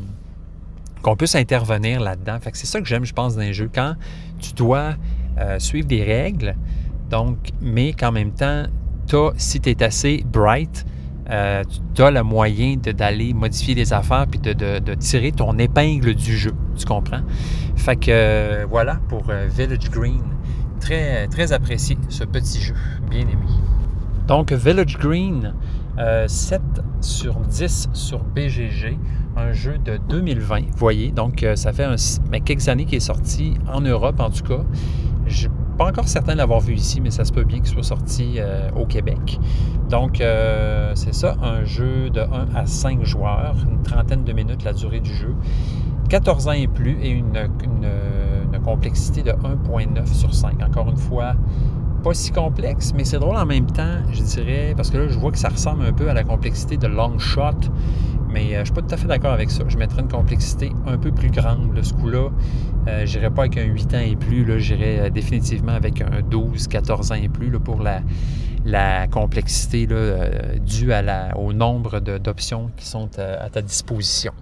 qu'on puisse intervenir là-dedans. Fait que c'est ça que j'aime, je pense, dans les jeux. Quand tu dois euh, suivre des règles, donc, mais qu'en même temps, t'as, si tu es assez bright, euh, tu as le moyen de, d'aller modifier les affaires puis de, de, de tirer ton épingle du jeu. Tu comprends? Fait que euh, voilà pour euh, Village Green. Très, très apprécié, ce petit jeu. Bien aimé. Donc, Village Green, euh, sept sur dix sur B G G. un jeu de deux mille vingt, vous voyez. Donc, euh, ça fait un, mais quelques années qu'il est sorti, en Europe en tout cas. Je ne suis pas encore certain de l'avoir vu ici, mais ça se peut bien qu'il soit sorti euh, au Québec. Donc, euh, c'est ça, un jeu de un à cinq joueurs, une trentaine de minutes la durée du jeu. quatorze ans et plus et une, une, une complexité de un virgule neuf sur cinq. Encore une fois, pas si complexe, mais c'est drôle en même temps, je dirais, parce que là, je vois que ça ressemble un peu à la complexité de Long Shot, mais euh, je ne suis pas tout à fait d'accord avec ça. Je mettrais une complexité un peu plus grande. Là, ce coup-là, euh, je n'irais pas avec un huit ans et plus, là, j'irais euh, définitivement avec un douze, quatorze ans et plus là, pour la, la complexité là, euh, due à la, au nombre de, d'options qui sont euh, à ta disposition.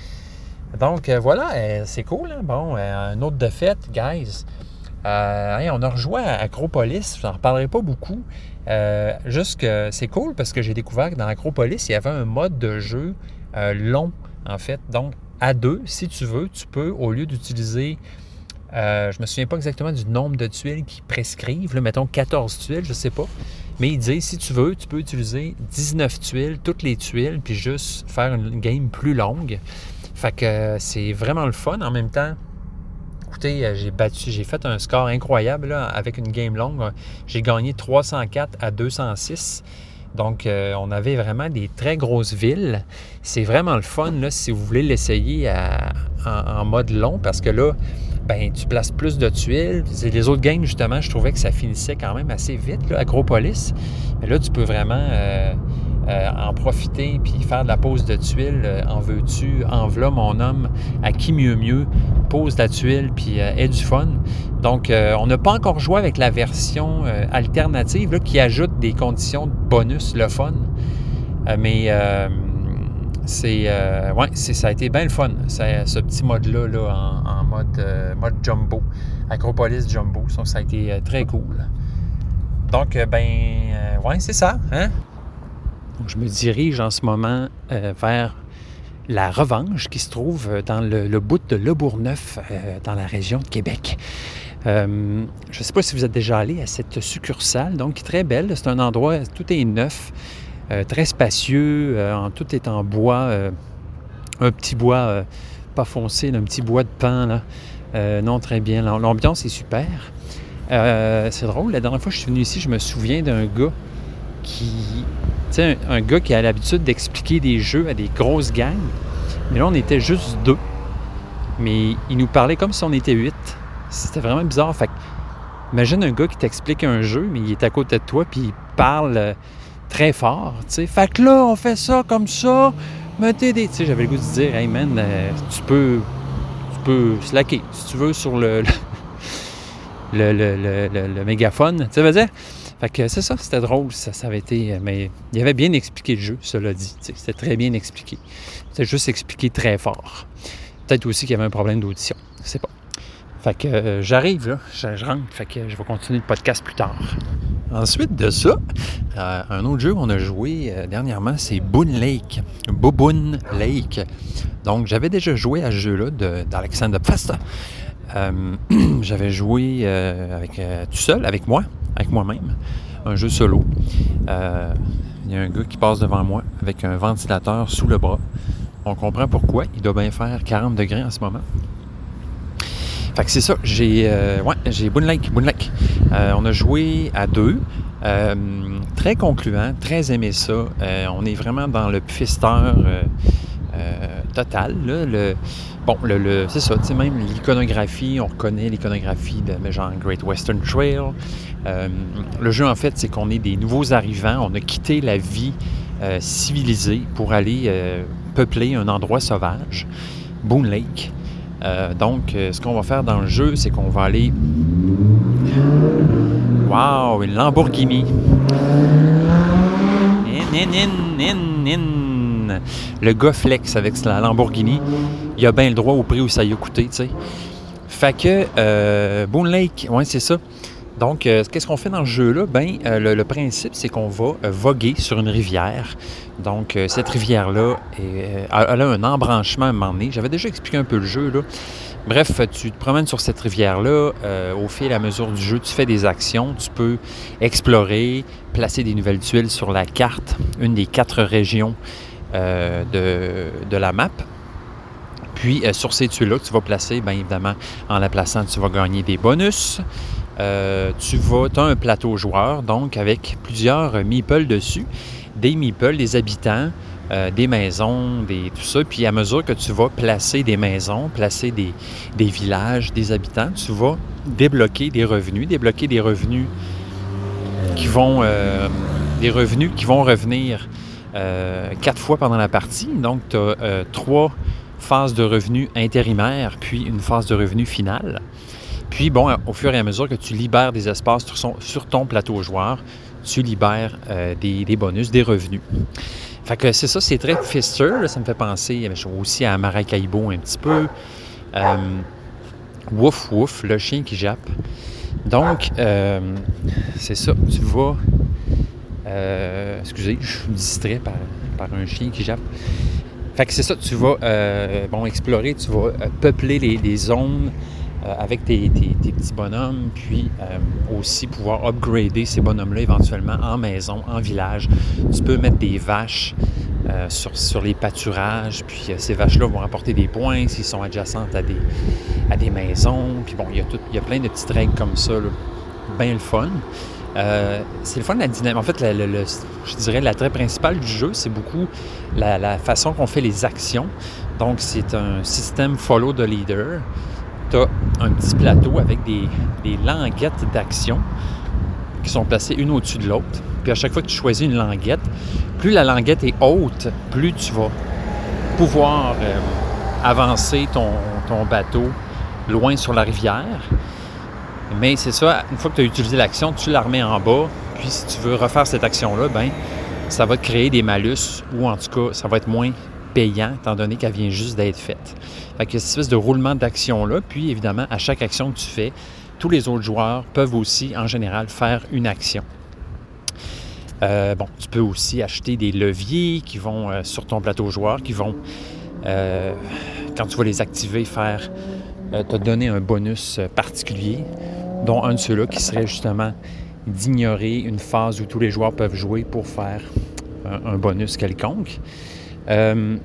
Donc, euh, voilà, euh, c'est cool. Hein? Bon, euh, un autre de fait, guys. Euh, hey, on a rejoué à Acropolis, je n'en reparlerai pas beaucoup. Euh, juste que c'est cool parce que j'ai découvert que dans Acropolis, il y avait un mode de jeu euh, long, en fait. Donc, à deux, si tu veux, tu peux, au lieu d'utiliser, euh, je ne me souviens pas exactement du nombre de tuiles qu'ils prescrivent, là, mettons quatorze tuiles, je ne sais pas. Mais ils disent, si tu veux, tu peux utiliser dix-neuf tuiles, toutes les tuiles, puis juste faire une game plus longue. Fait que euh, c'est vraiment le fun. En même temps, écoutez, j'ai battu, j'ai fait un score incroyable là, avec une game longue. J'ai gagné trois cent quatre à deux cent six. Donc, euh, on avait vraiment des très grosses villes. C'est vraiment le fun là, si vous voulez l'essayer à, en, en mode long parce que là, ben, tu places plus de tuiles. Les autres games, justement, je trouvais que ça finissait quand même assez vite, là, Acropolis. Mais là, tu peux vraiment euh, euh, en profiter puis faire de la pose de tuiles. Euh, en veux-tu, en v'là mon homme, à qui mieux mieux, pose la tuile puis euh, aie du fun. Donc, euh, on n'a pas encore joué avec la version euh, alternative là, qui ajoute des conditions de bonus, le fun. Euh, mais... Euh, C'est, euh, ouais, c'est, ça a été bien le fun, c'est, ce petit mode-là là, en, en mode, euh, mode jumbo, Acropolis Jumbo. Donc, ça a été euh, très cool. Donc, euh, ben, euh, ouais, c'est ça. Hein? Donc, je me dirige en ce moment euh, vers la Revanche qui se trouve dans le, le bout de Le Bourgneuf, euh, dans la région de Québec. Euh, je ne sais pas si vous êtes déjà allé à cette succursale, donc très belle. C'est un endroit, tout est neuf. Euh, très spacieux, euh, en, tout est en bois, euh, un petit bois euh, pas foncé, là, un petit bois de pin, là. Euh, non, très bien, l'ambiance est super. Euh, c'est drôle, la dernière fois que je suis venu ici, je me souviens d'un gars qui, tu sais, un, un gars qui a l'habitude d'expliquer des jeux à des grosses gangs, mais là, on était juste deux, mais il nous parlait comme si on était huit. C'était vraiment bizarre, fait que, imagine un gars qui t'explique un jeu, mais il est à côté de toi, puis il parle... Euh, très fort, tu sais. Fait que là, on fait ça comme ça, mettez des... Tu sais, j'avais le goût de dire, hey man, euh, tu peux tu peux slacker, si tu veux, sur le le, le, le, le, le mégaphone, tu sais, veux dire? Fait que c'est ça, c'était drôle, ça, ça avait été... Mais il avait bien expliqué le jeu, cela dit, tu sais, c'était très bien expliqué. C'était juste expliqué très fort. Peut-être aussi qu'il y avait un problème d'audition, je sais pas. Fait que euh, j'arrive, là, je, je rentre, fait que je vais continuer le podcast plus tard. Ensuite de ça, euh, un autre jeu qu'on a joué euh, dernièrement, c'est Boon Lake. Boboon Lake. Donc, j'avais déjà joué à ce jeu-là de, d'Alexander Pfasta. Euh, j'avais joué euh, avec, euh, tout seul, avec moi, avec moi-même, un jeu solo. Euh, il y a un gars qui passe devant moi avec un ventilateur sous le bras. On comprend pourquoi. Il doit bien faire quarante degrés en ce moment. Fait que c'est ça, j'ai, euh, ouais, j'ai Boon Lake, Boon Lake. Euh, on a joué à deux, euh, très concluant, très aimé ça. Euh, on est vraiment dans le pfister euh, euh, total, là. Le, bon, le, le, c'est ça, tu sais, même l'iconographie, on reconnaît l'iconographie de genre Great Western Trail. Euh, le jeu, en fait, c'est qu'on est des nouveaux arrivants, on a quitté la vie euh, civilisée pour aller euh, peupler un endroit sauvage, Boon Lake. Euh, donc, euh, ce qu'on va faire dans le jeu, c'est qu'on va aller... Wow, une Lamborghini! In, in, in, in, in. Le gars flex avec la Lamborghini. Il a bien le droit au prix où ça y a coûté, tu sais. Fait que, euh, Boon Lake, ouais, c'est ça. Donc, euh, qu'est-ce qu'on fait dans ce jeu-là? Ben, euh, le, le principe, c'est qu'on va euh, voguer sur une rivière. Donc, euh, cette rivière-là, est, euh, elle a un embranchement à un moment donné. J'avais déjà expliqué un peu le jeu, là. Bref, tu te promènes sur cette rivière-là. Euh, au fil et à mesure du jeu, tu fais des actions. Tu peux explorer, placer des nouvelles tuiles sur la carte, une des quatre régions euh, de, de la map. Puis, euh, sur ces tuiles-là que tu vas placer, bien évidemment, en la plaçant, tu vas gagner des bonus. Euh, tu vas, tu as un plateau joueur, donc avec plusieurs meeples dessus, des meeples, des habitants, euh, des maisons, des, tout ça. Puis à mesure que tu vas placer des maisons, placer des, des villages, des habitants, tu vas débloquer des revenus, débloquer des revenus qui vont, euh, des revenus qui vont revenir euh, quatre fois pendant la partie. Donc, tu as euh, trois phases de revenus intérimaires, puis une phase de revenus finale. Puis, bon, au fur et à mesure que tu libères des espaces sur, son, sur ton plateau joueur, tu libères euh, des, des bonus, des revenus. Fait que c'est ça, c'est très Pfister. Là, ça me fait penser aussi à Maracaibo un petit peu. Euh, wouf, wouf, le chien qui jappe. Donc, euh, c'est ça, tu vas... Euh, excusez, je suis distrait par, par un chien qui jappe. Fait que c'est ça, tu vas euh, bon, explorer, tu vas euh, peupler les, les zones euh, avec tes, tes, tes petits bonhommes, puis euh, aussi pouvoir upgrader ces bonhommes-là éventuellement en maison, en village. Tu peux mettre des vaches euh, sur, sur les pâturages, puis euh, ces vaches-là vont apporter des points s'ils sont adjacentes à des, à des maisons. Puis bon, il y a tout, il y a plein de petites règles comme ça, là, bien le fun. Euh, c'est le fun, la dynamique. En fait, la, la, la, je dirais l'attrait principal du jeu, c'est beaucoup la, la façon qu'on fait les actions. Donc, c'est un système follow the leader. Tu as un petit plateau avec des, des languettes d'action qui sont placées une au-dessus de l'autre. Puis à chaque fois que tu choisis une languette, plus la languette est haute, plus tu vas pouvoir euh, avancer ton, ton bateau loin sur la rivière. Mais c'est ça, une fois que tu as utilisé l'action, tu la remets en bas. Puis si tu veux refaire cette action-là, ben ça va te créer des malus ou en tout cas, ça va être moins payant étant donné qu'elle vient juste d'être faite. Fait qu'il y a cette espèce de roulement d'action-là. Puis évidemment, à chaque action que tu fais, tous les autres joueurs peuvent aussi, en général, faire une action. Euh, bon, tu peux aussi acheter des leviers qui vont euh, sur ton plateau joueur, qui vont, euh, quand tu vas les activer, faire euh, te donner un bonus particulier, dont un de ceux-là qui serait justement d'ignorer une phase où tous les joueurs peuvent jouer pour faire un, un bonus quelconque. Euh,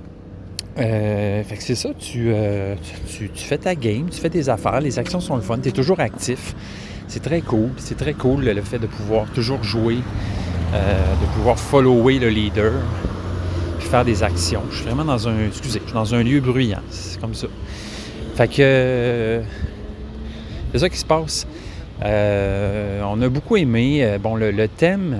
euh, fait que c'est ça, tu, euh, tu, tu fais ta game, tu fais tes affaires, les actions sont le fun, tu es toujours actif. C'est très cool, c'est très cool le fait de pouvoir toujours jouer, euh, de pouvoir follower le leader, puis faire des actions. Je suis vraiment dans un, excusez, je suis dans un lieu bruyant, c'est comme ça. Fait que euh, c'est ça qui se passe. Euh, on a beaucoup aimé. Euh, bon, le, le thème,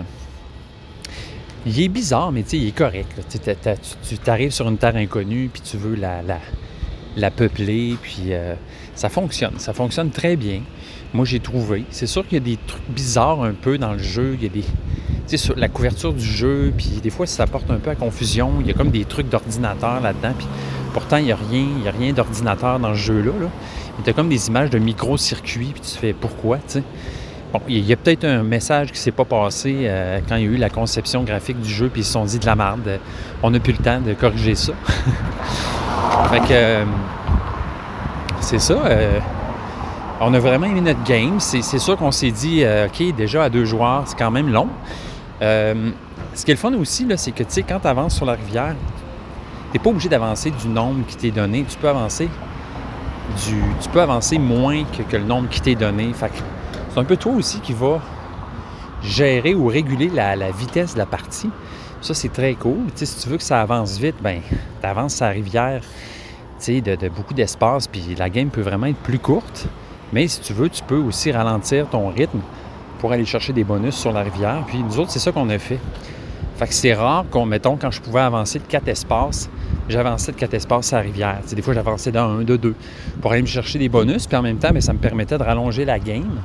il est bizarre, mais tu sais, il est correct. Là. Tu t'arrives sur une terre inconnue, puis tu veux la, la, la peupler, puis euh, ça fonctionne. Ça fonctionne très bien. Moi, j'ai trouvé. C'est sûr qu'il y a des trucs bizarres un peu dans le jeu. Il y a des, tu sais, sur la couverture du jeu, puis des fois, ça porte un peu à confusion. Il y a comme des trucs d'ordinateur là-dedans, puis pourtant, il n'y a rien, il y a rien d'ordinateur dans ce jeu-là. Là. Tu as comme des images de micro-circuits, puis tu te fais pourquoi, tu sais. Bon, il y a peut-être un message qui ne s'est pas passé euh, quand il y a eu la conception graphique du jeu, puis ils se sont dit de la merde. On n'a plus le temps de corriger ça. Fait que euh, c'est ça. Euh, on a vraiment aimé notre game. C'est, c'est sûr qu'on s'est dit, euh, OK, déjà à deux joueurs, c'est quand même long. Euh, ce qui est le fun aussi, là, c'est que tu sais, quand tu avances sur la rivière, tu n'es pas obligé d'avancer du nombre qui t'est donné. Tu peux avancer du, tu peux avancer moins que, que le nombre qui t'est donné. Fait que c'est un peu toi aussi qui va gérer ou réguler la, la vitesse de la partie. Ça, c'est très cool. Tu sais, si tu veux que ça avance vite, ben, tu avances sur la rivière, tu sais, de, de beaucoup d'espace, puis la game peut vraiment être plus courte. Mais si tu veux, tu peux aussi ralentir ton rythme pour aller chercher des bonus sur la rivière. Puis nous autres, c'est ça qu'on a fait. Fait que c'est rare qu'on, mettons, quand je pouvais avancer de quatre espaces, j'avançais de quatre espaces à la rivière. Tu sais, des fois, j'avançais dans un, de deux pour aller me chercher des bonus. Puis en même temps, bien, ça me permettait de rallonger la game.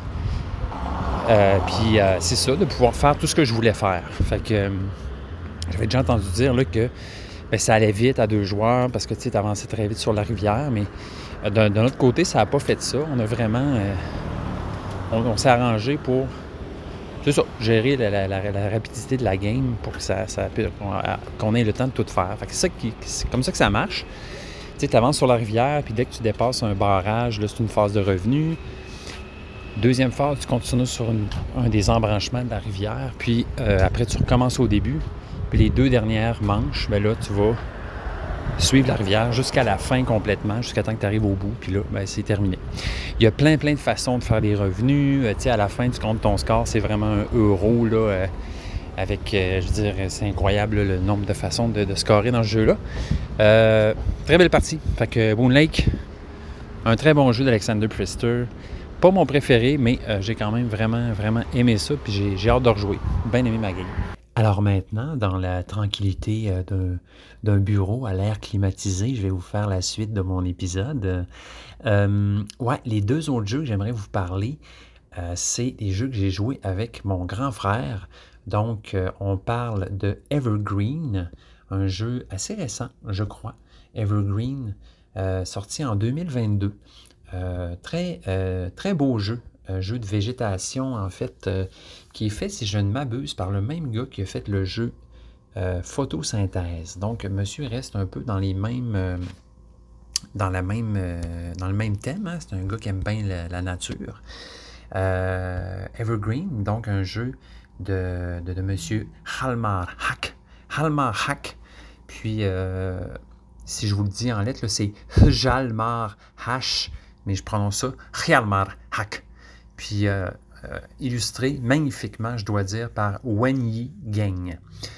Euh, puis euh, c'est ça, de pouvoir faire tout ce que je voulais faire. Fait que euh, j'avais déjà entendu dire là, que bien, ça allait vite à deux joueurs parce que tu sais, t'avançais très vite sur la rivière. Mais euh, d'un, d'un autre côté, ça n'a pas fait ça. On a vraiment... Euh, on, on s'est arrangé pour... C'est ça, gérer la, la, la, la rapidité de la game pour que ça, ça qu'on ait le temps de tout faire. Fait que c'est, ça qui, c'est comme ça que ça marche. Tu sais, tu avances sur la rivière, puis dès que tu dépasses un barrage, là, c'est une phase de revenu. Deuxième phase, tu continues sur une, un des embranchements de la rivière, puis euh, après, tu recommences au début. Puis les deux dernières manches, bien là, tu vas suivre la rivière jusqu'à la fin complètement, jusqu'à temps que tu arrives au bout, puis là, ben, c'est terminé. Il y a plein, plein de façons de faire des revenus. Euh, tu sais, à la fin, tu comptes ton score, c'est vraiment un euro, là, euh, avec, euh, je veux dire, c'est incroyable là, le nombre de façons de, de scorer dans ce jeu-là. Euh, très belle partie. Fait que Boone Lake, un très bon jeu d'Alexander Pfister. Pas mon préféré, mais euh, j'ai quand même vraiment, vraiment aimé ça, puis j'ai, j'ai hâte de rejouer. Bien aimé ma game. Alors maintenant, dans la tranquillité euh, d'un, d'un bureau à l'air climatisé, je vais vous faire la suite de mon épisode. Euh, ouais, les deux autres jeux que j'aimerais vous parler, euh, c'est des jeux que j'ai joués avec mon grand frère. Donc, euh, on parle de Evergreen, un jeu assez récent, je crois. Evergreen, euh, sorti en deux mille vingt-deux. Euh, très, euh, très beau jeu. Un jeu de végétation, en fait, euh, qui est fait, si je ne m'abuse, par le même gars qui a fait le jeu euh, Photosynthèse. Donc, monsieur reste un peu dans les mêmes... Euh, dans, la même, euh, dans le même thème. Hein? C'est un gars qui aime bien la, la nature. Euh, Evergreen, donc un jeu de, de, de monsieur Hjalmar Hach. Hjalmar Hach. Puis, euh, si je vous le dis en lettres, là, c'est Hjalmar Hach, mais je prononce ça Hjalmar Hach. Puis euh, euh, illustré magnifiquement, je dois dire, par Wenyi Geng.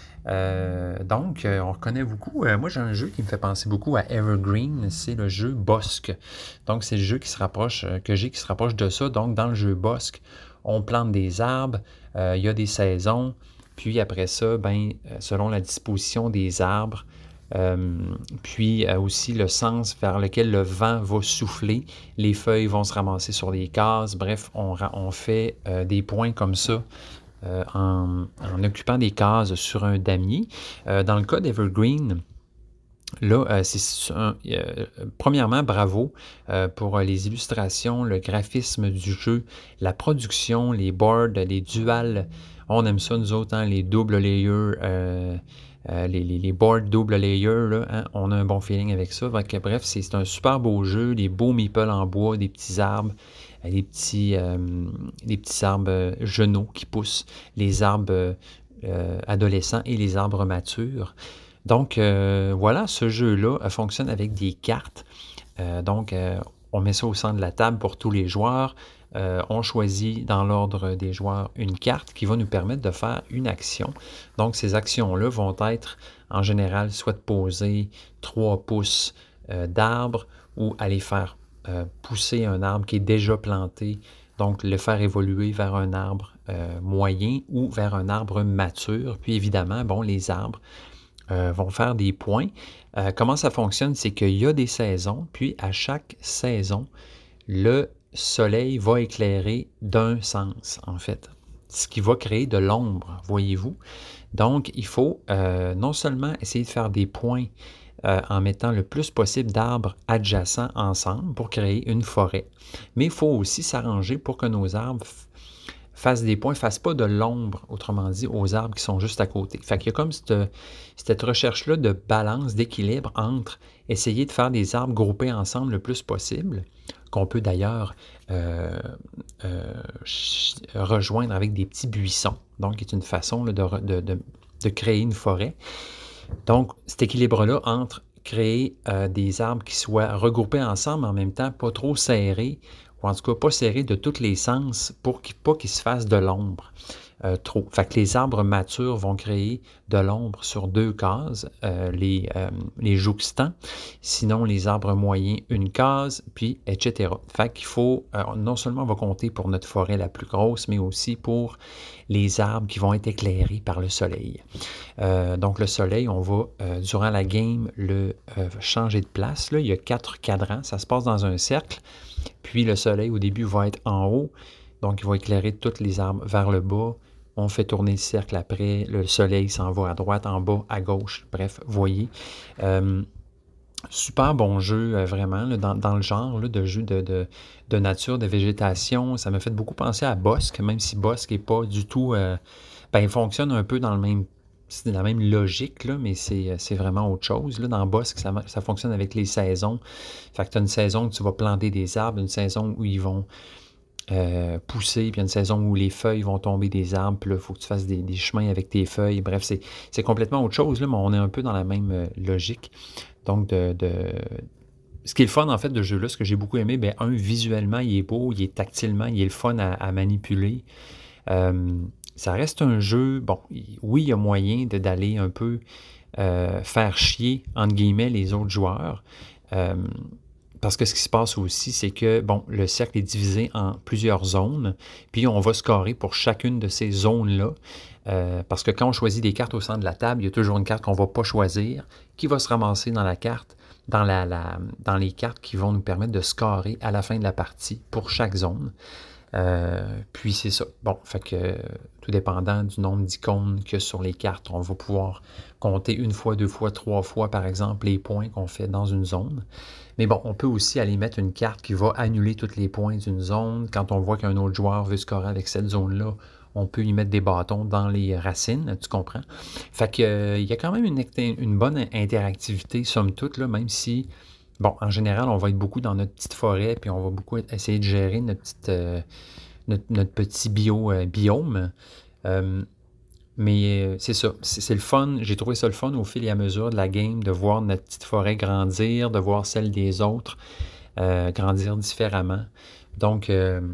Euh, donc, euh, on reconnaît beaucoup. Euh, moi, j'ai un jeu qui me fait penser beaucoup à Evergreen, c'est le jeu Bosque. Donc, c'est le jeu qui se rapproche, euh, que j'ai qui se rapproche de ça. Donc, dans le jeu Bosque, on plante des arbres, euh, il y a des saisons, puis après ça, ben, selon la disposition des arbres, Euh, puis euh, aussi le sens vers lequel le vent va souffler, les feuilles vont se ramasser sur les cases, bref, on, on fait euh, des points comme ça euh, en, en occupant des cases sur un damier. Euh, dans le cas d'Evergreen, là, euh, c'est un, euh, premièrement, bravo euh, pour les illustrations, le graphisme du jeu, la production, les boards, les duals, on aime ça nous autres, hein, les doubles layers, euh, Euh, les, les, les boards double layer, là, hein, on a un bon feeling avec ça. Donc, bref, c'est, c'est un super beau jeu, des beaux meeples en bois, des petits arbres, euh, des petits, euh, des petits arbres euh, genoux qui poussent, les arbres euh, adolescents et les arbres matures. Donc, euh, voilà, ce jeu-là euh, fonctionne avec des cartes. Euh, donc, euh, on met ça au centre de la table pour tous les joueurs. Euh, on choisit dans l'ordre des joueurs une carte qui va nous permettre de faire une action. Donc, ces actions-là vont être en général soit de poser trois pouces euh, d'arbre ou aller faire euh, pousser un arbre qui est déjà planté, donc le faire évoluer vers un arbre euh, moyen ou vers un arbre mature. Puis évidemment, bon, les arbres euh, vont faire des points. Euh, comment ça fonctionne? C'est qu'il y a des saisons, puis à chaque saison, le soleil va éclairer d'un sens, en fait, ce qui va créer de l'ombre, voyez-vous. Donc, il faut euh, non seulement essayer de faire des points euh, en mettant le plus possible d'arbres adjacents ensemble pour créer une forêt, mais il faut aussi s'arranger pour que nos arbres f- fassent des points, ne fassent pas de l'ombre, autrement dit, aux arbres qui sont juste à côté. Fait qu'il y a comme cette, cette recherche-là de balance, d'équilibre entre essayer de faire des arbres groupés ensemble le plus possible, qu'on peut d'ailleurs euh, euh, rejoindre avec des petits buissons, donc qui est une façon là, de, de, de, de créer une forêt. Donc, cet équilibre-là entre créer euh, des arbres qui soient regroupés ensemble, mais en même temps pas trop serrés, ou en tout cas pas serrés de tous les sens pour qu'ils, pas qu'ils se fassent de l'ombre. Euh, trop. Fait que les arbres matures vont créer de l'ombre sur deux cases, euh, les, euh, les jouxtants. Sinon, les arbres moyens, une case, puis et cetera. Fait qu'il faut, euh, non seulement on va compter pour notre forêt la plus grosse, mais aussi pour les arbres qui vont être éclairés par le soleil. Euh, donc, le soleil, on va, euh, durant la game, le euh, changer de place. Là, il y a quatre cadrans, ça se passe dans un cercle. Puis, le soleil, au début, va être en haut. Donc, il va éclairer tous les arbres vers le bas. On fait tourner le cercle après, le soleil s'en va à droite, en bas, à gauche. Bref, voyez. Euh, super bon jeu, euh, vraiment, là, dans, dans le genre là, de jeu de, de, de nature, de végétation. Ça m'a fait beaucoup penser à Bosque, même si Bosque n'est pas du tout... Euh, ben, il fonctionne un peu dans le même... C'est la même logique, là, mais c'est, c'est vraiment autre chose. Là. Dans Bosque, ça, ça fonctionne avec les saisons. Fait que tu as une saison où tu vas planter des arbres, une saison où ils vont... Euh, pousser, puis il y a une saison où les feuilles vont tomber des arbres, puis là, il faut que tu fasses des, des chemins avec tes feuilles. Bref, c'est, c'est complètement autre chose, là, mais on est un peu dans la même euh, logique. Donc, de, de... ce qui est le fun, en fait, de ce jeu-là, ce que j'ai beaucoup aimé, bien, un, visuellement, il est beau, il est tactilement, il est le fun à, à manipuler. Euh, ça reste un jeu, bon, oui, il y a moyen de, d'aller un peu euh, faire chier, entre guillemets, les autres joueurs. Euh, Parce que ce qui se passe aussi, c'est que, bon, le cercle est divisé en plusieurs zones, puis on va scorer pour chacune de ces zones-là. Euh, parce que quand on choisit des cartes au centre de la table, il y a toujours une carte qu'on ne va pas choisir, qui va se ramasser dans la carte, dans, la, la, dans les cartes qui vont nous permettre de scorer à la fin de la partie pour chaque zone. Euh, puis c'est ça. Bon, fait que tout dépendant du nombre d'icônes qu'il y a sur les cartes, on va pouvoir compter une fois, deux fois, trois fois, par exemple, les points qu'on fait dans une zone. Mais bon, on peut aussi aller mettre une carte qui va annuler tous les points d'une zone. Quand on voit qu'un autre joueur veut scorer avec cette zone-là, on peut y mettre des bâtons dans les racines, tu comprends? Fait que euh, il y a quand même une, une bonne interactivité, somme toute, là, même si, bon, en général, on va être beaucoup dans notre petite forêt, puis on va beaucoup essayer de gérer notre, petite, euh, notre, notre petit bio, euh, biome. Euh, mais euh, c'est ça, c'est, c'est le fun. J'ai trouvé ça le fun au fil et à mesure de la game, de voir notre petite forêt grandir, de voir celle des autres euh, grandir différemment. Donc, euh,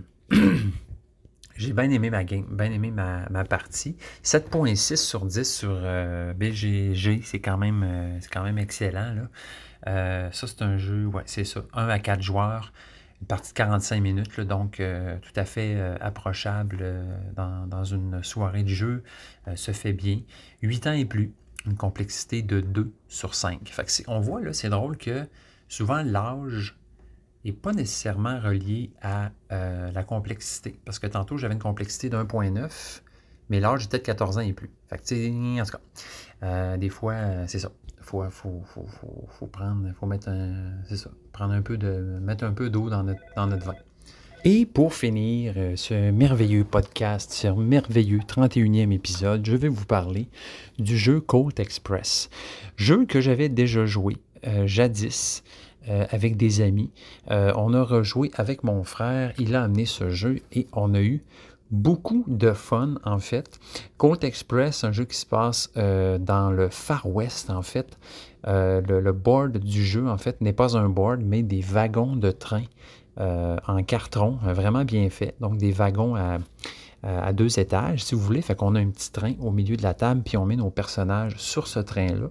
j'ai bien aimé ma game, bien aimé ma, ma partie. sept virgule six sur dix sur euh, B G G, c'est quand même, euh, c'est quand même excellent, là. Euh, ça, c'est un jeu, ouais, c'est ça, un à quatre joueurs, une partie de quarante-cinq minutes, là, donc euh, tout à fait euh, approchable euh, dans, dans une soirée de jeu, euh, se fait bien. huit ans et plus, une complexité de deux sur cinq. Fait que c'est, on voit, là, c'est drôle que souvent l'âge n'est pas nécessairement relié à euh, la complexité. Parce que tantôt, j'avais une complexité d'un virgule neuf, mais l'âge était de quatorze ans et plus. Fait que, tu sais, en tout cas, euh, des fois, euh, c'est ça. Faut, faut, faut, faut, faut prendre, faut mettre un, c'est ça, prendre un peu de, mettre un peu d'eau dans notre, dans notre vin. Et pour finir euh, ce merveilleux podcast, ce merveilleux trente et unième épisode, je vais vous parler du jeu Colt Express. Jeu que j'avais déjà joué euh, jadis euh, avec des amis. Euh, on a rejoué avec mon frère, il a amené ce jeu et on a eu beaucoup de fun, en fait. Colt Express, un jeu qui se passe euh, dans le Far West, en fait. Euh, le, le board du jeu, en fait, n'est pas un board, mais des wagons de train euh, en carton, euh, vraiment bien fait. Donc, des wagons à, à, à deux étages, si vous voulez. Fait qu'on a un petit train au milieu de la table, puis on met nos personnages sur ce train-là.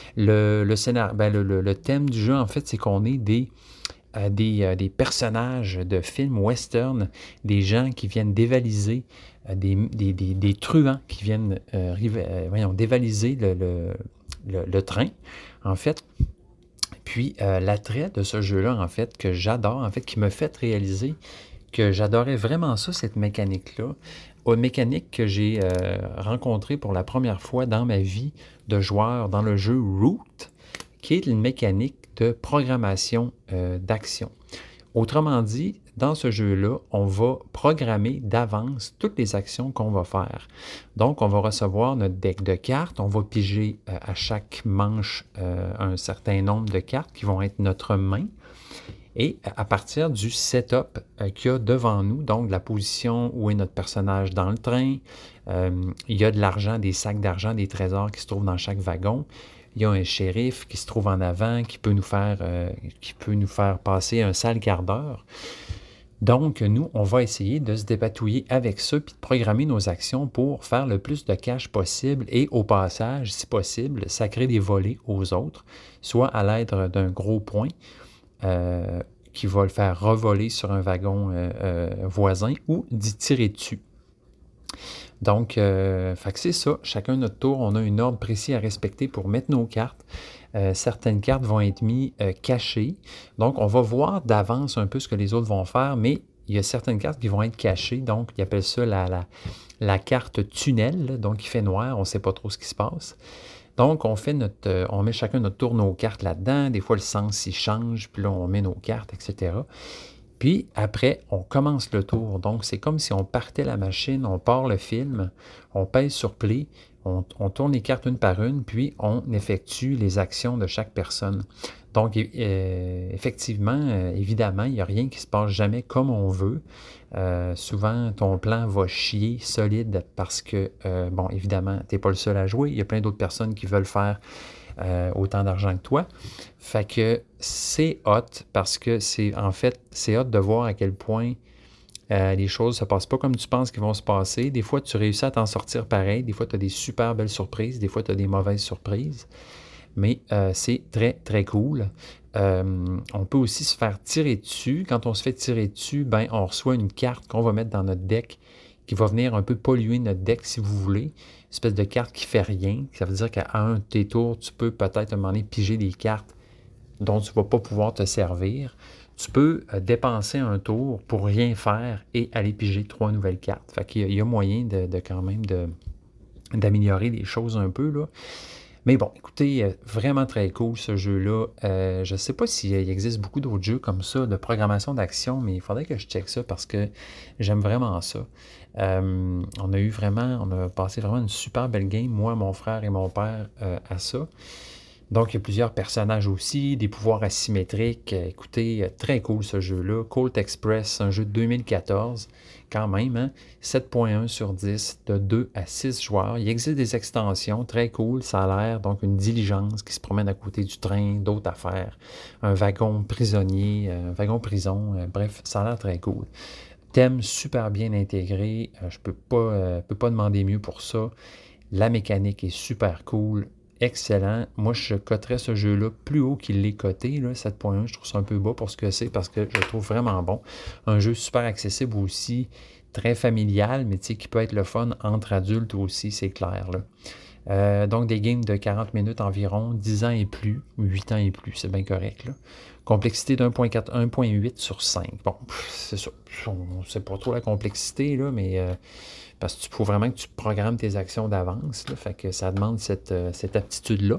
Le, le, scénar- ben, le, le, le thème du jeu, en fait, c'est qu'on est des... Euh, des, euh, des personnages de films western, des gens qui viennent dévaliser, euh, des, des, des, des truands qui viennent euh, rive, euh, voyons, dévaliser le, le, le, le train, en fait. Puis euh, l'attrait de ce jeu-là, en fait, que j'adore, en fait, qui me fait réaliser que j'adorais vraiment ça, cette mécanique-là. Une mécanique que j'ai euh, rencontrée pour la première fois dans ma vie de joueur dans le jeu Root, qui est une mécanique de programmation euh, d'action. Autrement dit, dans ce jeu-là, on va programmer d'avance toutes les actions qu'on va faire. Donc, on va recevoir notre deck de cartes, on va piger euh, à chaque manche euh, un certain nombre de cartes qui vont être notre main. Et à partir du setup euh, qu'il y a devant nous, donc la position où est notre personnage dans le train, euh, il y a de l'argent, des sacs d'argent, des trésors qui se trouvent dans chaque wagon. Il y a un shérif qui se trouve en avant, qui peut nous faire, euh, qui peut nous faire passer un sale quart d'heure. Donc, nous, on va essayer de se dépatouiller avec ça, puis de programmer nos actions pour faire le plus de cash possible et au passage, si possible, sacrer des volets aux autres, soit à l'aide d'un gros point euh, qui va le faire revoler sur un wagon euh, euh, voisin ou d'y tirer dessus. Donc, euh, fait que c'est ça. Chacun notre tour, on a un ordre précis à respecter pour mettre nos cartes. Euh, certaines cartes vont être mises euh, cachées. Donc, on va voir d'avance un peu ce que les autres vont faire, mais il y a certaines cartes qui vont être cachées. Donc, ils appellent ça la, la, la carte tunnel. Là, donc, il fait noir, on ne sait pas trop ce qui se passe. Donc, on fait notre, euh, on met chacun notre tour nos cartes là-dedans. Des fois, le sens, il change, puis là, on met nos cartes, et cetera. Puis après, on commence le tour. Donc, c'est comme si on partait la machine, on part le film, on pèse sur play, on, on tourne les cartes une par une, puis on effectue les actions de chaque personne. Donc, euh, effectivement, euh, évidemment, il n'y a rien qui se passe jamais comme on veut. Euh, souvent, ton plan va chier solide parce que, euh, bon, évidemment, tu n'es pas le seul à jouer. Il y a plein d'autres personnes qui veulent faire euh, autant d'argent que toi. Fait que c'est hot parce que c'est en fait, c'est hot de voir à quel point euh, les choses ne se passent pas comme tu penses qu'ils vont se passer. Des fois, tu réussis à t'en sortir pareil. Des fois, tu as des super belles surprises. Des fois, tu as des mauvaises surprises. Mais euh, c'est très, très cool. Euh, on peut aussi se faire tirer dessus. Quand on se fait tirer dessus, ben, on reçoit une carte qu'on va mettre dans notre deck qui va venir un peu polluer notre deck, si vous voulez. Une espèce de carte qui ne fait rien. Ça veut dire qu'à un de tes tours, tu peux peut-être à un moment donné piger des cartes dont tu ne vas pas pouvoir te servir. Tu peux euh, dépenser un tour pour rien faire et aller piger trois nouvelles cartes. Fait qu'il y a, il y a moyen de, de quand même de, d'améliorer les choses un peu, là. Mais bon, écoutez, vraiment très cool ce jeu-là. Euh, je ne sais pas s'il existe beaucoup d'autres jeux comme ça, de programmation d'action, mais il faudrait que je check ça parce que j'aime vraiment ça. Euh, on a eu vraiment, on a passé vraiment une super belle game, moi, mon frère et mon père, euh, à ça. Donc, il y a plusieurs personnages aussi, des pouvoirs asymétriques. Écoutez, très cool ce jeu-là. Colt Express, un jeu de deux mille quatorze, quand même, hein? sept virgule un sur dix, de deux à six joueurs. Il existe des extensions, très cool, ça a l'air. Donc, une diligence qui se promène à côté du train, d'autres affaires. Un wagon prisonnier, un wagon prison, bref, ça a l'air très cool. Thème super bien intégré, je ne peux pas, euh, peux pas demander mieux pour ça. La mécanique est super cool. Excellent. Moi, je coterais ce jeu-là plus haut qu'il l'est coté, là, sept virgule un. Je trouve ça un peu bas pour ce que c'est parce que je le trouve vraiment bon. Un jeu super accessible aussi, très familial, mais tu sais, qui peut être le fun entre adultes aussi, c'est clair, là. Euh, donc, des games de quarante minutes environ, dix ans et plus, huit ans et plus, c'est bien correct, là. Complexité d'un virgule quatre, un virgule huit sur cinq. Bon, c'est ça. On ne sait pas trop la complexité, là, mais... Euh, parce qu'il faut vraiment que tu programmes tes actions d'avance. Là, fait que ça demande cette, euh, cette aptitude-là.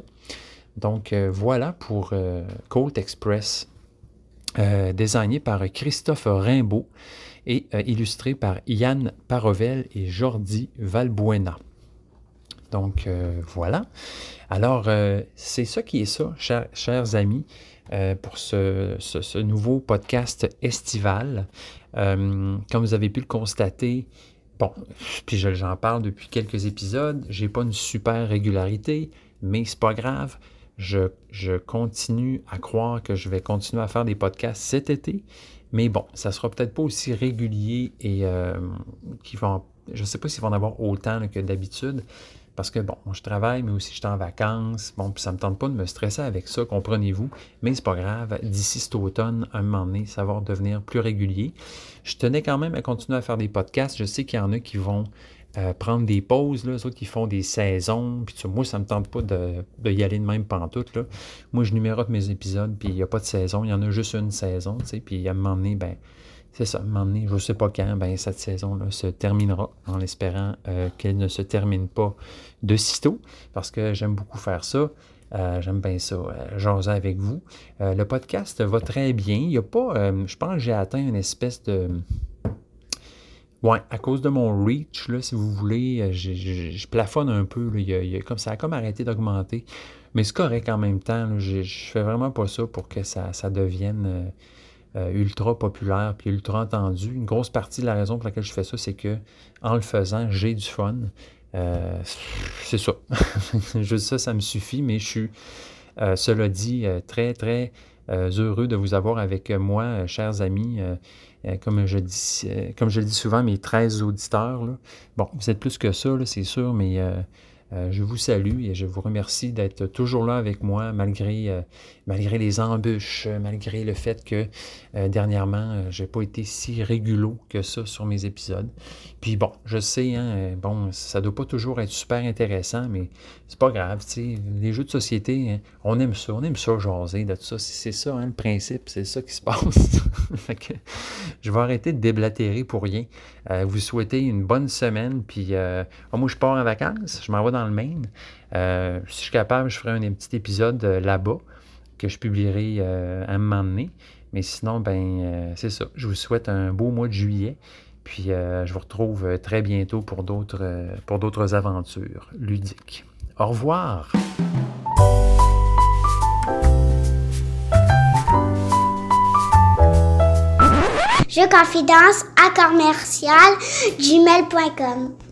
Donc, euh, voilà pour euh, Colt Express, euh, désigné par Christophe Rimbaud et euh, illustré par Yann Parovel et Jordi Valbuena. Donc, euh, voilà. Alors, euh, c'est ça qui est ça, chers, chers amis, euh, pour ce, ce, ce nouveau podcast estival. Euh, comme vous avez pu le constater, bon, puis je, j'en parle depuis quelques épisodes, j'ai pas une super régularité, mais c'est pas grave. Je, je continue à croire que je vais continuer à faire des podcasts cet été, mais bon, ça sera peut-être pas aussi régulier et euh, qu'ils vont, je sais pas s'ils vont en avoir autant là, que d'habitude, parce que bon, je travaille, mais aussi je suis en vacances, bon, puis ça me tente pas de me stresser avec ça, comprenez-vous, mais c'est pas grave, d'ici cet automne, un moment donné, ça va devenir plus régulier. Je tenais quand même à continuer à faire des podcasts, je sais qu'il y en a qui vont euh, prendre des pauses, là, les autres qui font des saisons, puis tu, moi, ça me tente pas de, de y aller de même pantoute, là. Moi, je numérote mes épisodes, puis il n'y a pas de saison, il y en a juste une saison, tu sais, puis à un moment donné, ben c'est ça, à un moment donné, je ne sais pas quand, ben, cette saison-là se terminera, en espérant euh, qu'elle ne se termine pas de sitôt, parce que j'aime beaucoup faire ça. Euh, j'aime bien ça, euh, jaser avec vous. Euh, le podcast va très bien. Il n'y a pas, euh, je pense que j'ai atteint une espèce de... Ouais, à cause de mon reach, là, si vous voulez, je, je, je plafonne un peu. Là, il y a, il y a comme ça a comme arrêté d'augmenter. Mais c'est correct en même temps. Là, je ne fais vraiment pas ça pour que ça, ça devienne... Euh, Euh, ultra populaire puis ultra entendu. Une grosse partie de la raison pour laquelle je fais ça, c'est que en le faisant, j'ai du fun. Euh, c'est ça. Juste ça, ça me suffit, mais je suis, euh, cela dit, euh, très, très euh, heureux de vous avoir avec moi, euh, chers amis. Euh, euh, comme, je dis, euh, comme je le dis souvent, mes treize auditeurs. Là. Bon, vous êtes plus que ça, là, c'est sûr, mais... Euh, Euh, je vous salue et je vous remercie d'être toujours là avec moi malgré, euh, malgré les embûches, malgré le fait que euh, dernièrement, euh, je n'ai pas été si réguleux que ça sur mes épisodes. Puis bon, je sais, hein, bon, ça ne doit pas toujours être super intéressant, mais c'est pas grave, tu sais, les jeux de société, hein, on aime ça, on aime ça jaser de tout ça, c'est, c'est ça hein, le principe, c'est ça qui se passe. Fait que je vais arrêter de déblatérer pour rien. Euh, vous souhaitez une bonne semaine, puis euh, oh, moi je pars en vacances, je m'en vais dans le Maine. Euh, si je suis capable, je ferai un, un petit épisode euh, là-bas que je publierai euh, à un moment donné. Mais sinon, ben euh, c'est ça. Je vous souhaite un beau mois de juillet. Puis euh, je vous retrouve très bientôt pour d'autres, euh, pour d'autres aventures ludiques. Au revoir! Jeux confidence à commercial gmail point com